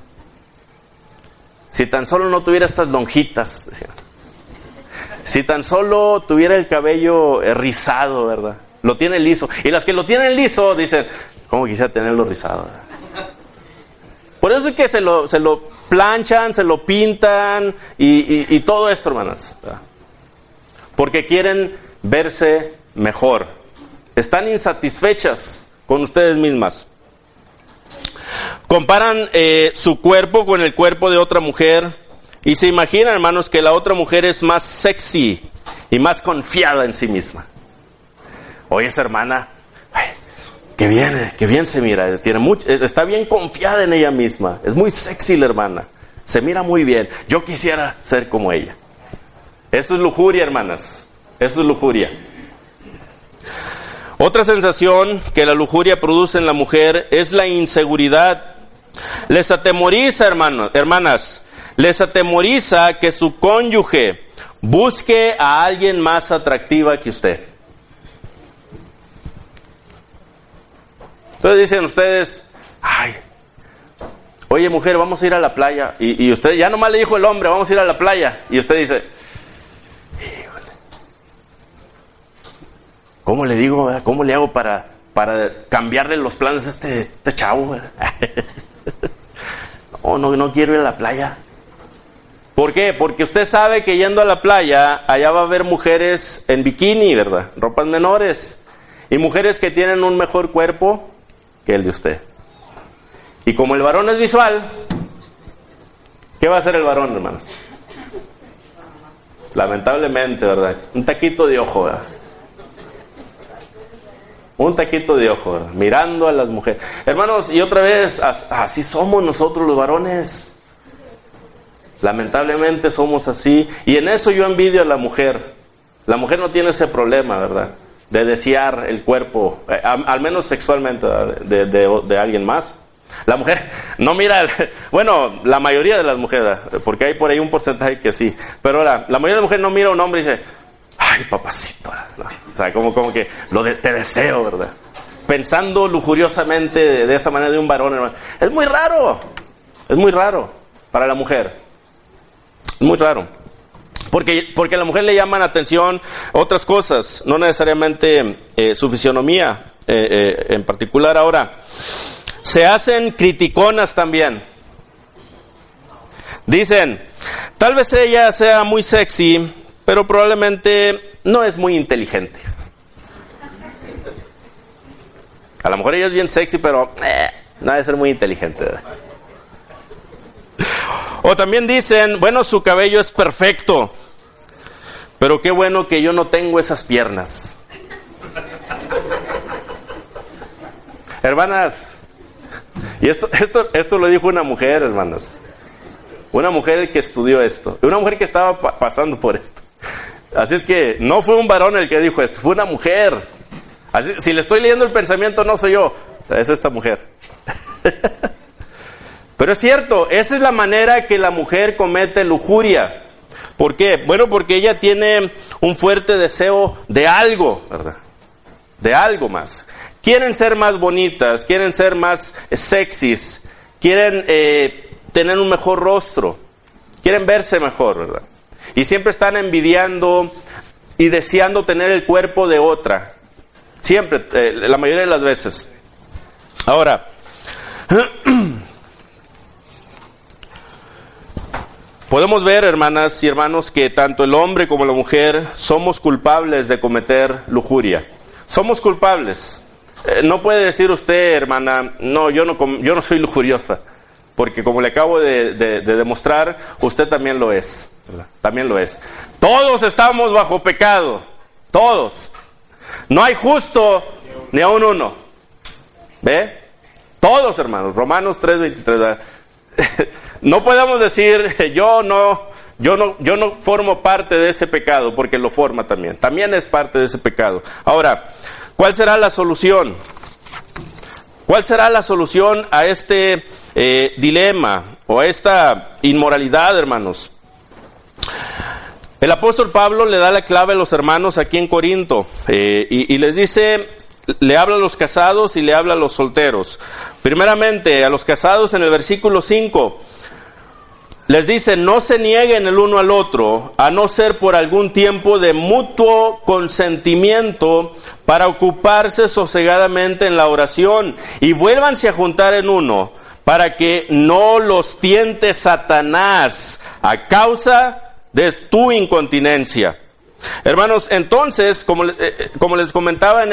Si tan solo no tuviera estas lonjitas, decían. Si tan solo tuviera el cabello rizado, ¿verdad? Lo tiene liso. Y las que lo tienen liso dicen, ¿cómo quisiera tenerlo rizado? ¿Verdad? Por eso es que se lo planchan, se lo pintan y todo esto, hermanas, ¿verdad? Porque quieren verse mejor. Están insatisfechas con ustedes mismas. Comparan su cuerpo con el cuerpo de otra mujer y se imaginan, hermanos, que la otra mujer es más sexy y más confiada en sí misma. Oye, esa hermana, ay, qué bien se mira, está bien confiada en ella misma, es muy sexy la hermana, se mira muy bien, yo quisiera ser como ella. Eso es lujuria, hermanas, eso es lujuria. Otra sensación que la lujuria produce en la mujer es la inseguridad. Les atemoriza, hermanas, les atemoriza que su cónyuge busque a alguien más atractiva que usted. Entonces dicen ustedes, ay, oye mujer, vamos a ir a la playa. Y usted ya nomás le dijo el hombre, vamos a ir a la playa. Y usted dice, híjole, ¿cómo le digo? ¿Cómo le hago para cambiarle los planes a este chavo? No quiero ir a la playa. ¿Por qué? Porque usted sabe que yendo a la playa, allá va a haber mujeres en bikini, ¿verdad? Ropas menores. Y mujeres que tienen un mejor cuerpo que el de usted. Y como el varón es visual, ¿qué va a hacer el varón, hermanos? Lamentablemente, ¿verdad? Un taquito de ojo, ¿verdad? Un taquito de ojo, ¿verdad? Mirando a las mujeres. Hermanos, y otra vez, así somos nosotros los varones. Lamentablemente somos así. Y en eso yo envidio a la mujer. La mujer no tiene ese problema, ¿verdad? De desear el cuerpo, al menos sexualmente, de alguien más. La mujer no mira, bueno, la mayoría de las mujeres, porque hay por ahí un porcentaje que sí. Pero ahora, la mayoría de las mujeres no mira a un hombre y dice, ay, papacito, ¿no? O sea, como que te deseo, ¿verdad? Pensando lujuriosamente de esa manera de un varón, hermano. Es muy raro para la mujer. Muy raro. Porque a la mujer le llaman atención otras cosas, no necesariamente su fisionomía en particular. Ahora, se hacen criticonas también. Dicen, tal vez ella sea muy sexy, pero probablemente no es muy inteligente. A lo mejor ella es bien sexy, pero no debe ser muy inteligente, ¿verdad? O también dicen, bueno, su cabello es perfecto, pero qué bueno que yo no tengo esas piernas. Hermanas, y esto lo dijo una mujer, hermanas. Una mujer que estudió esto, una mujer que estaba pasando por esto. Así es que no fue un varón el que dijo esto, fue una mujer. Así, si le estoy leyendo el pensamiento, no soy yo, o sea, es esta mujer. Pero es cierto, esa es la manera que la mujer comete lujuria. ¿Por qué? Bueno, porque ella tiene un fuerte deseo de algo, ¿verdad? De algo más. Quieren ser más bonitas, quieren ser más sexys, quieren tener un mejor rostro, quieren verse mejor, ¿verdad? Y siempre están envidiando y deseando tener el cuerpo de otra. Siempre, la mayoría de las veces. Ahora, podemos ver, hermanas y hermanos, que tanto el hombre como la mujer somos culpables de cometer lujuria. Somos culpables. No puede decir usted, hermana, no, yo no soy lujuriosa, porque como le acabo de demostrar, usted también lo es. También lo es. Todos estamos bajo pecado. Todos. No hay justo ni aun uno. ¿Ve? Todos, hermanos. Romanos 3:23. No podemos decir, yo no formo parte de ese pecado, porque lo forma también. También es parte de ese pecado. Ahora, ¿cuál será la solución? ¿Cuál será la solución a este dilema o a esta inmoralidad, hermanos? El apóstol Pablo le da la clave a los hermanos aquí en Corinto y les dice, le habla a los casados y le habla a los solteros. Primeramente, a los casados en el versículo 5, les dice, no se nieguen el uno al otro, a no ser por algún tiempo de mutuo consentimiento, para ocuparse sosegadamente en la oración, y vuélvanse a juntar en uno, para que no los tiente Satanás a causa de tu incontinencia. Hermanos, entonces, como les comentaba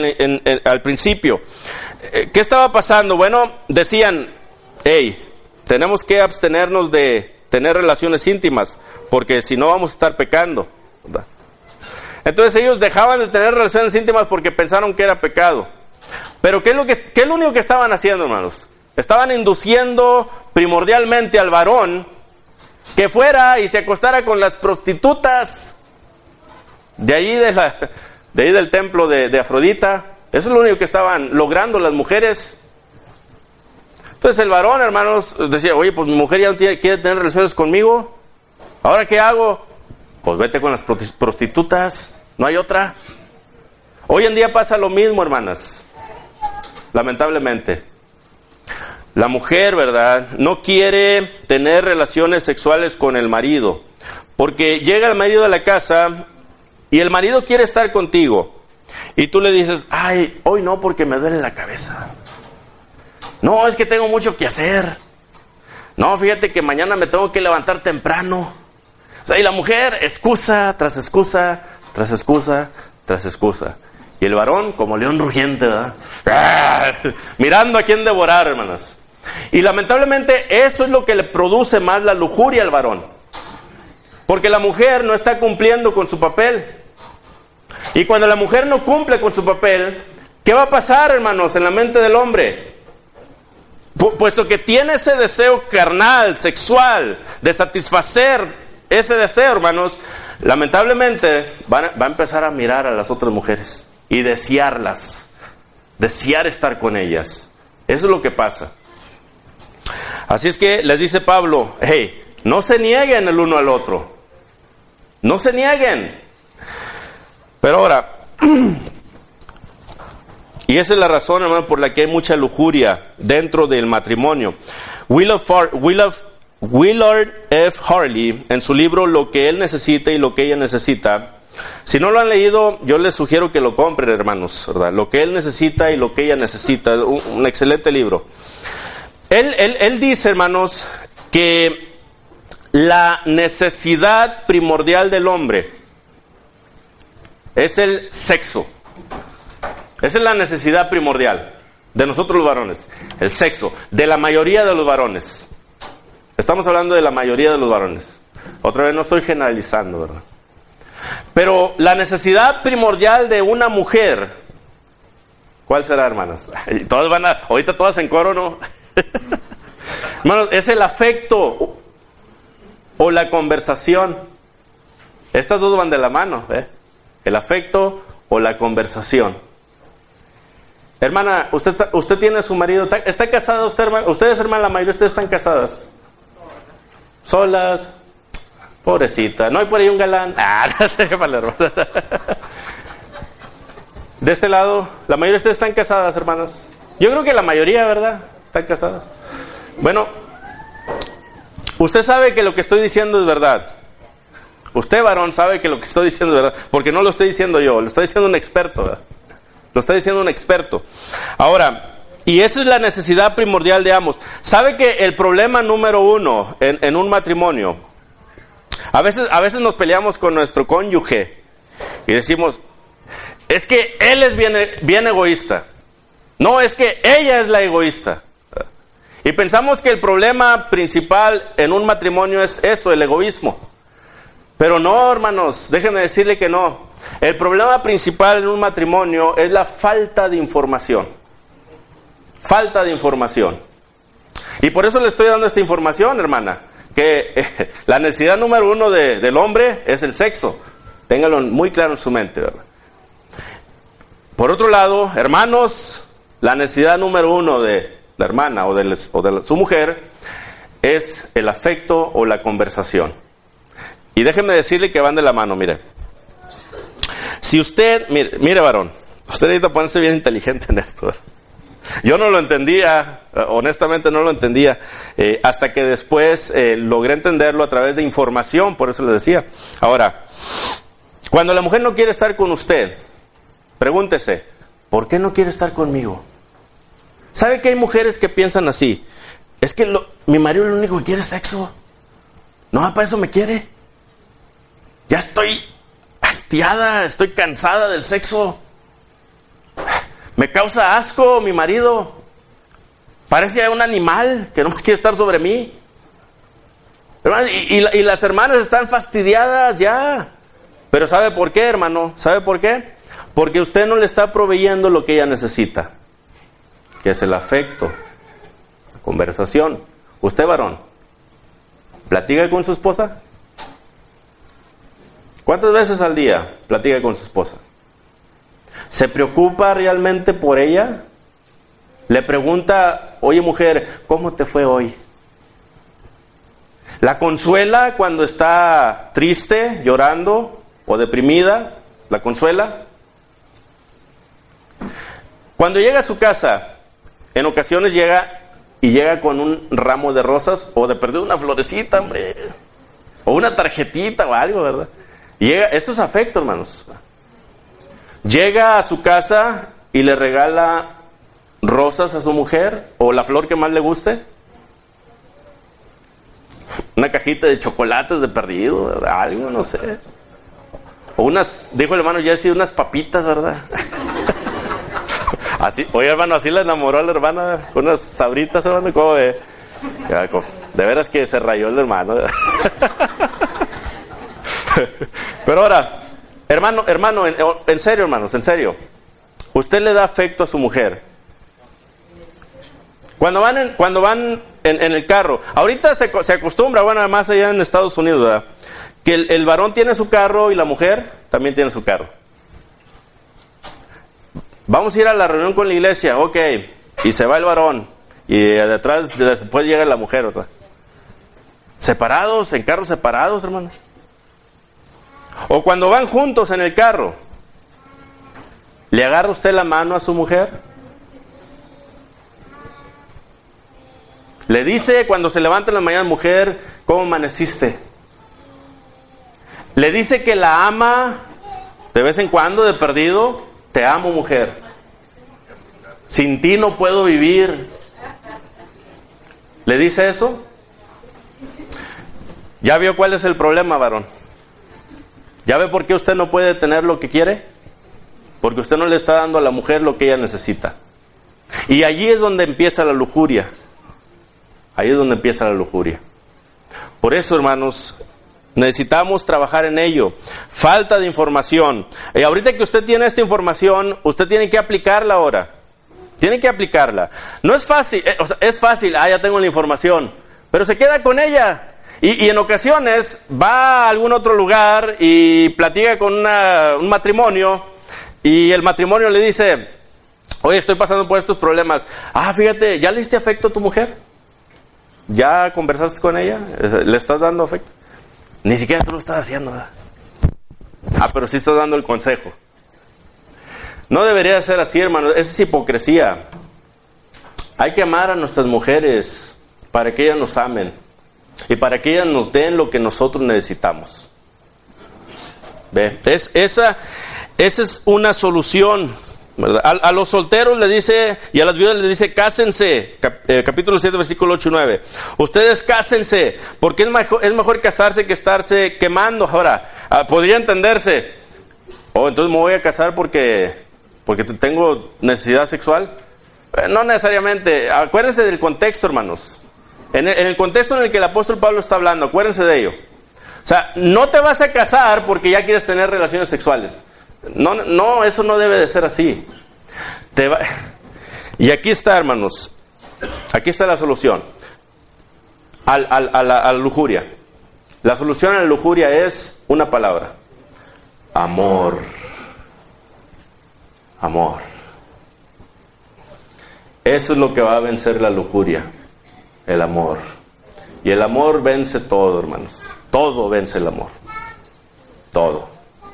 al principio, ¿qué estaba pasando? Bueno, decían, hey, tenemos que abstenernos de tener relaciones íntimas, porque si no vamos a estar pecando, ¿verdad? Entonces ellos dejaban de tener relaciones íntimas porque pensaron que era pecado. Pero ¿qué es lo único que estaban haciendo, hermanos? Estaban induciendo primordialmente al varón que fuera y se acostara con las prostitutas de ahí del templo de Afrodita. Eso es lo único que estaban logrando las mujeres. Entonces el varón, hermanos, decía, oye, pues mi mujer ya no quiere tener relaciones conmigo. ¿Ahora qué hago? Pues vete con las prostitutas, no hay otra. Hoy en día pasa lo mismo, hermanas. Lamentablemente. La mujer, ¿verdad?, no quiere tener relaciones sexuales con el marido, porque llega el marido a la casa y el marido quiere estar contigo. Y tú le dices, ay, hoy no porque me duele la cabeza. No, es que tengo mucho que hacer. No, fíjate que mañana me tengo que levantar temprano. O sea, y la mujer, excusa tras excusa, tras excusa, tras excusa. Y el varón, como león rugiente, ¿verdad?, mirando a quién devorar, hermanas. Y lamentablemente eso es lo que le produce más la lujuria al varón. Porque la mujer no está cumpliendo con su papel. Y cuando la mujer no cumple con su papel, ¿qué va a pasar, hermanos, en la mente del hombre? Puesto que tiene ese deseo carnal, sexual, de satisfacer ese deseo, hermanos, lamentablemente va a empezar a mirar a las otras mujeres y desearlas, desear estar con ellas. Eso es lo que pasa. Así es que les dice Pablo, hey, no se nieguen el uno al otro. No se nieguen. Pero ahora, y esa es la razón, hermano, por la que hay mucha lujuria dentro del matrimonio. Willard F. Harley, en su libro Lo que él necesita y lo que ella necesita, si no lo han leído, yo les sugiero que lo compren, hermanos, ¿verdad? Lo que él necesita y lo que ella necesita, un excelente libro. Él dice, hermanos, que la necesidad primordial del hombre es el sexo. Esa es la necesidad primordial de nosotros los varones, el sexo, de la mayoría de los varones. Estamos hablando de la mayoría de los varones. Otra vez no estoy generalizando, ¿verdad? Pero la necesidad primordial de una mujer, ¿cuál será, hermanas? Ahorita todas en coro, ¿no? Hermanos, es el afecto o la conversación. Estas dos van de la mano, ¿eh? El afecto o la conversación. Hermana, usted tiene a su marido, ¿está casada usted, hermana? Ustedes, hermana, la mayoría de ustedes están casadas. Solas. Pobrecita, ¿no hay por ahí un galán? No sé qué para la hermana. De este lado, la mayoría de ustedes están casadas, hermanas. Yo creo que la mayoría, ¿verdad?, están casadas. Bueno, usted sabe que lo que estoy diciendo es verdad. Usted, varón, sabe que lo que estoy diciendo es verdad, porque no lo estoy diciendo yo, lo está diciendo un experto, ¿verdad? Lo está diciendo un experto. Ahora, y esa es la necesidad primordial de ambos. ¿Sabe que el problema número uno en un matrimonio? A veces nos peleamos con nuestro cónyuge y decimos, es que él es bien egoísta. No, es que ella es la egoísta. Y pensamos que el problema principal en un matrimonio es eso, el egoísmo. Pero no, hermanos, déjenme decirle que no. El problema principal en un matrimonio es la falta de información. Falta de información. Y por eso le estoy dando esta información, hermana, que la necesidad número uno del hombre es el sexo. Téngalo muy claro en su mente, ¿verdad? Por otro lado, hermanos, la necesidad número uno de la hermana o de su mujer es el afecto o la conversación. Y déjenme decirle que van de la mano, mire. Si usted, mire varón, usted necesita ponerse bien inteligente en esto, ¿verdad? Yo no lo entendía, honestamente no lo entendía, hasta que después logré entenderlo a través de información, por eso les decía. Ahora, cuando la mujer no quiere estar con usted, pregúntese, ¿por qué no quiere estar conmigo? ¿Sabe que hay mujeres que piensan así? Es que mi marido lo único que quiere es sexo. No, para eso me quiere. Ya estoy hastiada, estoy cansada del sexo. Me causa asco mi marido. Parece un animal que no quiere estar sobre mí. Y las hermanas están fastidiadas ya. Pero ¿sabe por qué, hermano? ¿Sabe por qué? Porque usted no le está proveyendo lo que ella necesita, que es el afecto, la conversación. Usted, varón, ¿platica con su esposa? ¿Cuántas veces al día platica con su esposa? ¿Se preocupa realmente por ella? Le pregunta, oye mujer, ¿cómo te fue hoy? ¿La consuela cuando está triste, llorando o deprimida? ¿La consuela? Cuando llega a su casa, en ocasiones llega con un ramo de rosas o de perder una florecita, hombre, o una tarjetita o algo, ¿verdad? Esto es afecto, hermanos. Llega a su casa y le regala rosas a su mujer o la flor que más le guste. Una cajita de chocolates de perdido, ¿verdad? Algo, no sé. O dijo el hermano Jesse, unas papitas, ¿verdad? Así, oye hermano, así la enamoró a la hermana, con unas sabritas, hermano, ¿cómo ve? De veras que se rayó el hermano. Pero ahora, hermano, en serio, hermanos, en serio, ¿usted le da afecto a su mujer? Cuando van en el carro, ahorita se acostumbra, bueno, además allá en Estados Unidos, ¿verdad?, que el varón tiene su carro y la mujer también tiene su carro. Vamos a ir a la reunión con la iglesia, ok, y se va el varón, y después llega la mujer, ¿verdad? Separados, en carros separados, hermanos. O cuando van juntos en el carro, ¿le agarra usted la mano a su mujer? Le dice cuando se levanta en la mañana, mujer, ¿cómo amaneciste? Le dice que la ama de vez en cuando, de perdido. Te amo, mujer. Sin ti no puedo vivir. ¿Le dice eso? ¿Ya vio cuál es el problema, varón? ¿Ya ve por qué usted no puede tener lo que quiere? Porque usted no le está dando a la mujer lo que ella necesita. Y allí es donde empieza la lujuria. Ahí es donde empieza la lujuria. Por eso, hermanos, necesitamos trabajar en ello. Falta de información. Y ahorita que usted tiene esta información, usted tiene que aplicarla ahora. Tiene que aplicarla. No es fácil, es fácil, ya tengo la información, pero se queda con ella. Y en ocasiones va a algún otro lugar y platica con un matrimonio, y el matrimonio le dice, oye, estoy pasando por estos problemas. Fíjate, ¿ya le diste afecto a tu mujer? ¿Ya conversaste con ella? ¿Le estás dando afecto? Ni siquiera tú lo estás haciendo, ¿verdad? Pero sí estás dando el consejo. No debería ser así, hermano. Esa es hipocresía. Hay que amar a nuestras mujeres para que ellas nos amen y para que ellas nos den lo que nosotros necesitamos. ¿Ve? Esa es una solución ¿verdad? A los solteros les dice, y a las viudas les dice, cásense. Capítulo 7, versículo 8 y 9. Ustedes cásense, porque es mejor casarse que estarse quemando. Ahora, podría entenderse, entonces me voy a casar porque tengo necesidad sexual. No necesariamente. Acuérdense del contexto, hermanos. En el contexto en el que el apóstol Pablo está hablando, acuérdense de ello. O sea, no te vas a casar porque ya quieres tener relaciones sexuales. No, eso no debe de ser así. Y aquí está, hermanos. Aquí está la solución. A la lujuria. La solución a la lujuria es una palabra. Amor. Amor. Eso es lo que va a vencer la lujuria. El amor. Y el amor vence todo, hermanos. Todo vence el amor. Todo.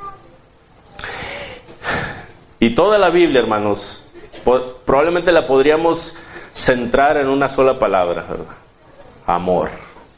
Y toda la Biblia, hermanos, probablemente la podríamos centrar en una sola palabra, ¿verdad? Amor.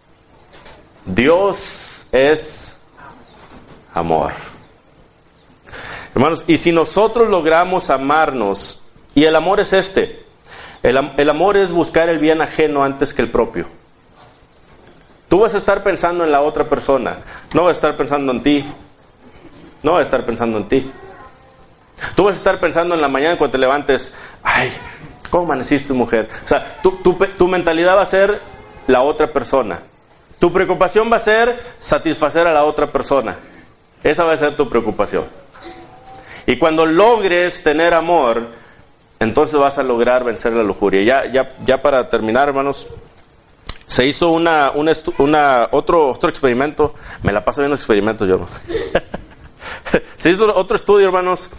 Dios es amor. Hermanos, y si nosotros logramos amarnos, y el amor es el amor es buscar el bien ajeno antes que el propio. Tú vas a estar pensando en la otra persona, no vas a estar pensando en ti. No vas a estar pensando en ti. Tú vas a estar pensando en la mañana cuando te levantes, ay, ¿cómo amaneciste, mujer? O sea, tu mentalidad va a ser la otra persona. Tu preocupación va a ser satisfacer a la otra persona. Esa va a ser tu preocupación. Y cuando logres tener amor, entonces vas a lograr vencer la lujuria. Ya para terminar, hermanos, se hizo otro experimento. Me la paso viendo experimentos yo, ¿no? Se hizo otro estudio, hermanos.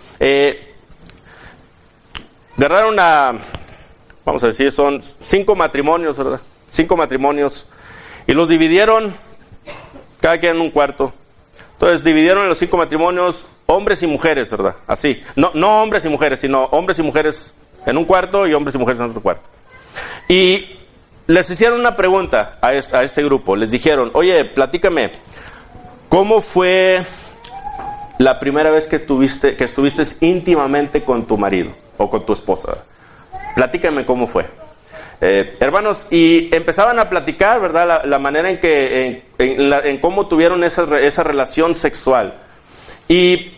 Agarraron vamos a decir, son 5 matrimonios, ¿verdad? 5 matrimonios. Y los dividieron, cada quien en un cuarto. Entonces dividieron en los 5 matrimonios hombres y mujeres, ¿verdad? Así. No hombres y mujeres, sino hombres y mujeres en un cuarto y hombres y mujeres en otro cuarto. Y les hicieron una pregunta a este grupo. Les dijeron, oye, platícame, ¿cómo fue la primera vez que estuviste íntimamente con tu marido o con tu esposa? Platícame cómo fue. Hermanos, y empezaban a platicar, ¿verdad? La manera en cómo tuvieron esa relación sexual. Y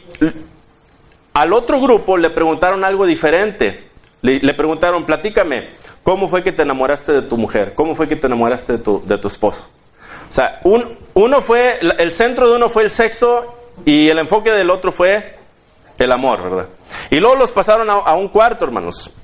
al otro grupo le preguntaron algo diferente. Le preguntaron, platícame, ¿cómo fue que te enamoraste de tu mujer? ¿Cómo fue que te enamoraste de tu esposo? O sea, el centro de uno fue el sexo y el enfoque del otro fue el amor, ¿verdad? Y luego los pasaron a un cuarto, hermanos.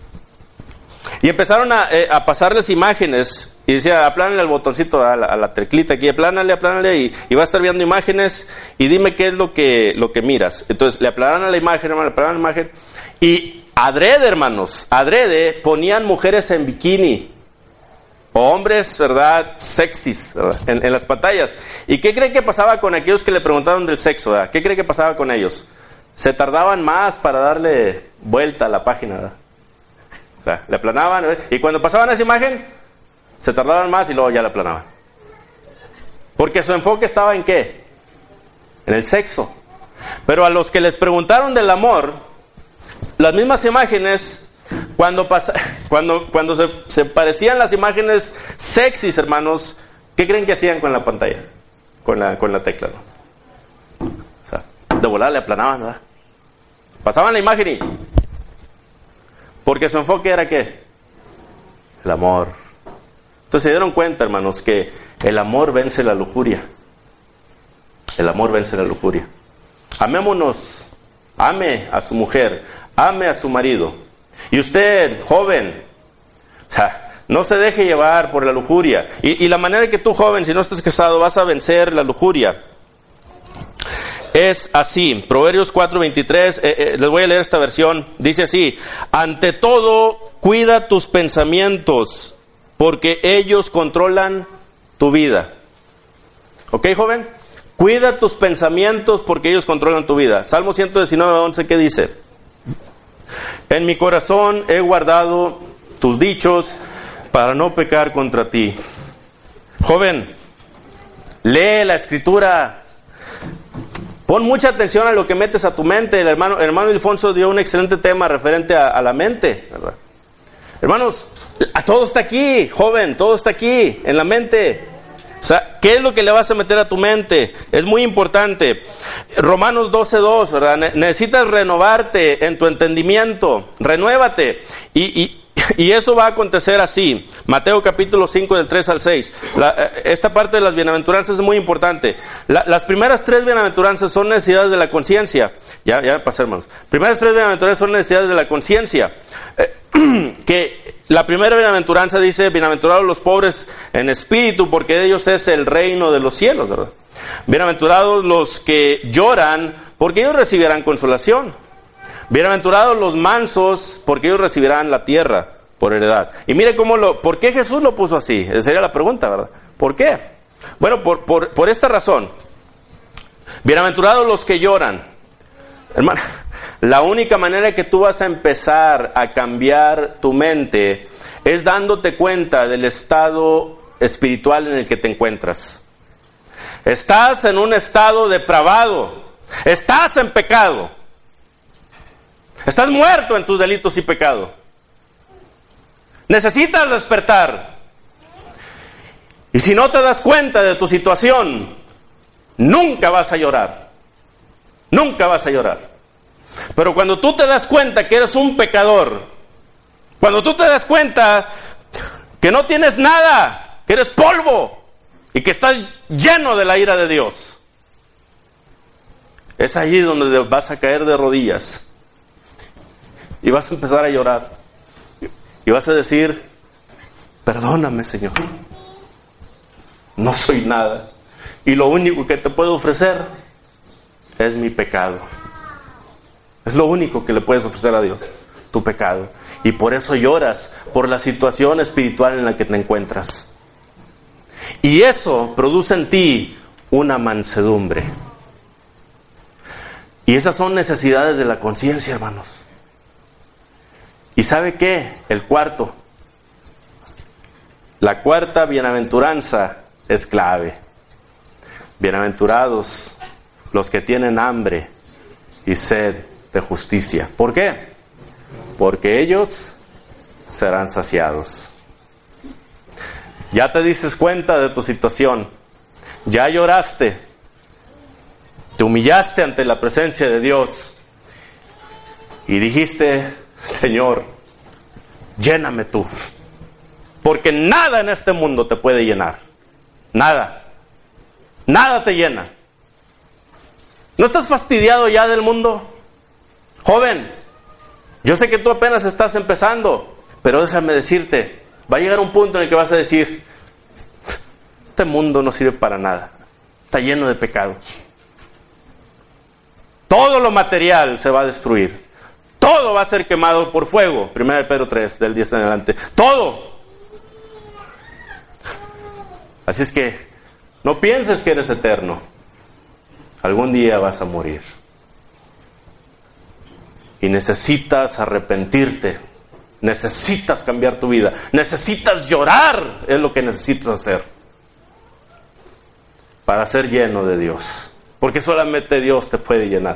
Y empezaron a pasarles imágenes. Y decía, aplánale al botoncito, a la teclita aquí, aplánale, y va a estar viendo imágenes, y dime qué es lo que miras. Entonces, le aplanan a la imagen, hermano, le aplanan a la imagen, y hermanos, ponían mujeres en bikini, o hombres, ¿verdad?, sexys, ¿verdad?, en las pantallas. ¿Y qué creen que pasaba con aquellos que le preguntaron del sexo, ¿verdad? ¿Qué creen que pasaba con ellos? Se tardaban más para darle vuelta a la página, ¿verdad? O sea, le aplanaban, ¿verdad? Y cuando pasaban esa imagen, se tardaban más y luego ya la aplanaban. Porque su enfoque estaba ¿en qué? En el sexo. Pero a los que les preguntaron del amor, las mismas imágenes, cuando se parecían las imágenes sexys, hermanos, ¿qué creen que hacían con la pantalla? Con la tecla, ¿no? O sea, de volada le aplanaban, ¿verdad? Pasaban la imagen y... Porque su enfoque era ¿qué? El amor. Entonces se dieron cuenta, hermanos, que el amor vence la lujuria. El amor vence la lujuria. Amémonos. Ame a su mujer. Ame a su marido. Y usted, joven, o sea, no se deje llevar por la lujuria. Y la manera en que tú, joven, si no estás casado, vas a vencer la lujuria es así. Proverbios 4:23, les voy a leer esta versión. Dice así: ante todo, cuida tus pensamientos, porque ellos controlan tu vida. ¿Ok, joven? Cuida tus pensamientos porque ellos controlan tu vida. Salmo 119:11, ¿qué dice? En mi corazón he guardado tus dichos para no pecar contra ti. Joven, lee la escritura. Pon mucha atención a lo que metes a tu mente. El hermano Ilfonso dio un excelente tema referente a la mente, ¿verdad? Hermanos, todo está aquí, joven, todo está aquí, en la mente. O sea, ¿qué es lo que le vas a meter a tu mente? Es muy importante. Romanos 12:2, ¿verdad? Necesitas renovarte en tu entendimiento. Renuévate. Y eso va a acontecer así. Mateo capítulo 5 del 3 al 6. Esta parte de las bienaventuranzas es muy importante. Las primeras 3 bienaventuranzas son necesidades de la conciencia. Ya me pasé, hermanos. Primeras 3 bienaventuranzas son necesidades de la conciencia. Que la primera bienaventuranza dice: bienaventurados los pobres en espíritu, porque de ellos es el reino de los cielos, ¿verdad? Bienaventurados los que lloran, porque ellos recibirán consolación. Bienaventurados los mansos, porque ellos recibirán la tierra por heredad. Y mire ¿por qué Jesús lo puso así? Esa sería la pregunta, ¿verdad? ¿Por qué? Bueno, por esta razón. Bienaventurados los que lloran. Hermano, la única manera que tú vas a empezar a cambiar tu mente es dándote cuenta del estado espiritual en el que te encuentras. Estás en un estado depravado. Estás en pecado. Estás muerto en tus delitos y pecado. Necesitas despertar. Y si no te das cuenta de tu situación, nunca vas a llorar. Nunca vas a llorar. Pero cuando tú te das cuenta que eres un pecador, cuando tú te das cuenta que no tienes nada, que eres polvo y que estás lleno de la ira de Dios, es allí donde vas a caer de rodillas y vas a empezar a llorar y vas a decir: perdóname, Señor, no soy nada y lo único que te puedo ofrecer es mi pecado. Es lo único que le puedes ofrecer a Dios, tu pecado. Y por eso lloras, por la situación espiritual en la que te encuentras. Y eso produce en ti una mansedumbre. Y esas son necesidades de la conciencia, hermanos. ¿Y sabe qué? La cuarta bienaventuranza es clave. Bienaventurados los que tienen hambre y sed de justicia. ¿Por qué? Porque ellos serán saciados. Ya te dices cuenta de tu situación. Ya lloraste. Te humillaste ante la presencia de Dios. Y dijiste: Señor, lléname tú. Porque nada en este mundo te puede llenar. Nada. Nada te llena. ¿No estás fastidiado ya del mundo? Joven, yo sé que tú apenas estás empezando, pero déjame decirte, va a llegar un punto en el que vas a decir: este mundo no sirve para nada, está lleno de pecado. Todo lo material se va a destruir, todo va a ser quemado por fuego. 1 Pedro 3, del 10 en adelante, todo. Así es que no pienses que eres eterno, algún día vas a morir. Y necesitas arrepentirte, necesitas cambiar tu vida, necesitas llorar, es lo que necesitas hacer para ser lleno de Dios, porque solamente Dios te puede llenar.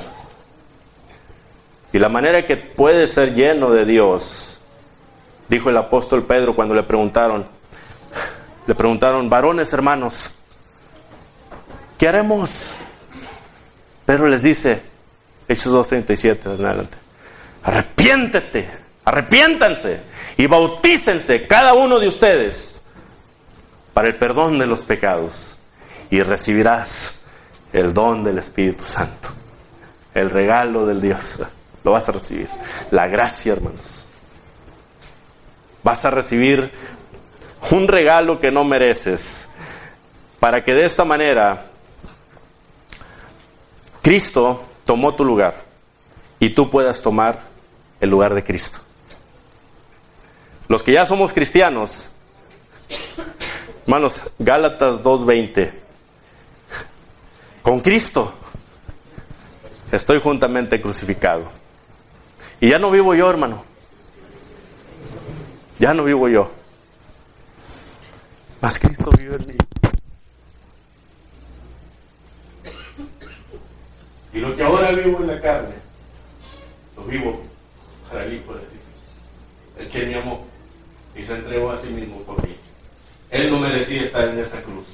Y la manera que puedes ser lleno de Dios, dijo el apóstol Pedro cuando le preguntaron: varones hermanos, ¿qué haremos? Pedro les dice, Hechos 2:37 en adelante: arrepiéntanse y bautícense cada uno de ustedes para el perdón de los pecados, y recibirás el don del Espíritu Santo, el regalo del Dios. Lo vas a recibir, la gracia, hermanos. Vas a recibir un regalo que no mereces, para que de esta manera Cristo tomó tu lugar y tú puedas tomar el lugar de Cristo. Los que ya somos cristianos, hermanos, Gálatas 2:20, con Cristo estoy juntamente crucificado. Y ya no vivo yo, hermano. Ya no vivo yo. Mas Cristo vive en mí.
Y lo que ahora vivo en la carne, lo vivo para el Hijo de Dios, el que me amó y se entregó a sí mismo por mí. Él no merecía estar en esa cruz.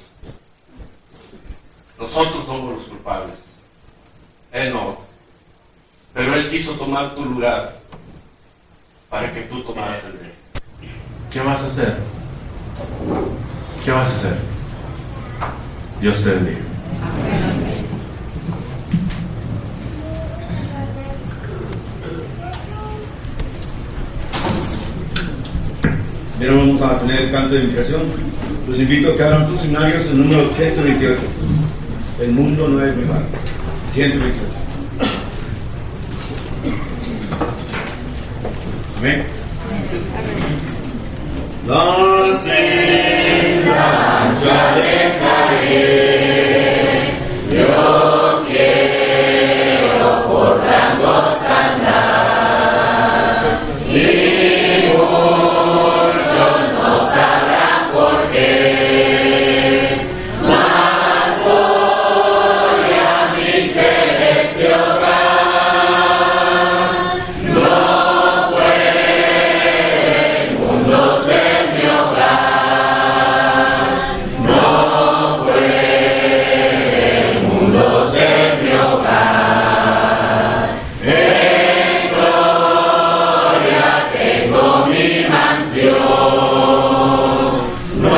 Nosotros somos los culpables. Él no. Pero Él quiso tomar tu lugar para que tú tomaras el de Él. ¿Qué vas a hacer? ¿Qué vas a hacer? Dios te bendiga.
Primero vamos a tener el canto de invitación. Los invito a que abran sus escenarios el número 128. El mundo no es mi hogar. 128. Amén. Donde la ancha dejaré, yo quiero por blancos andar. Y muchos no sabrán por qué, mas voy a mi celeste hogar. No puede el mundo ser mi hogar. No puede el mundo ser mi hogar. En gloria tengo mi mansión. No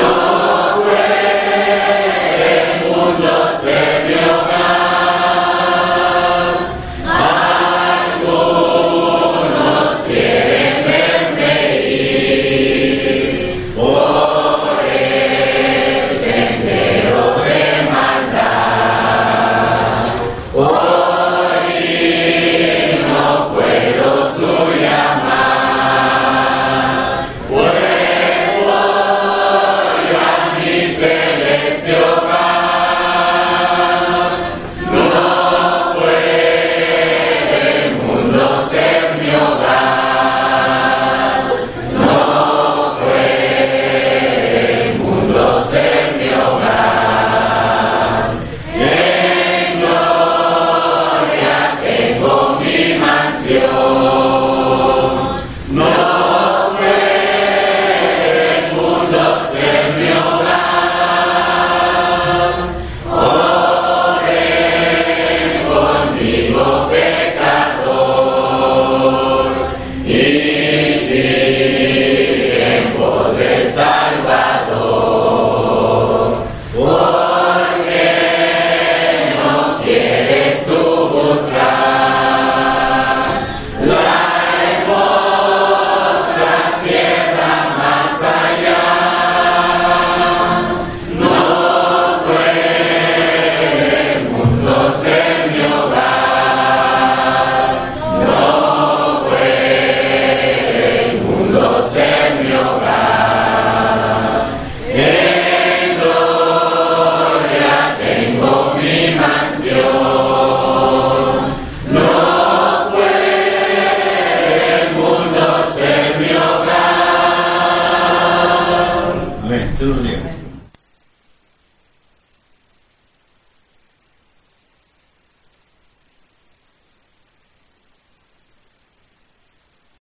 puede el mundo ser mi hogar. Algunos quieren verme ir por el sendero de maldad. Hoy no puedo su llamar, pues voy a mi celeste hogar. No puede el mundo ser mi hogar. No puede el mundo ser mi hogar. En gloria tengo mi mansión. No puede el mundo ser mi hogar. Oren conmigo pecador y siguen pos del Salvador. Porque no quieres tú buscar la hermosa tierra más allá. No puede el mundo ser mi hogar. No puede el mundo ser mi hogar. En gloria tengo mi mansión. No puede el mundo ser mi hogar. Amén. Dios los bendiga.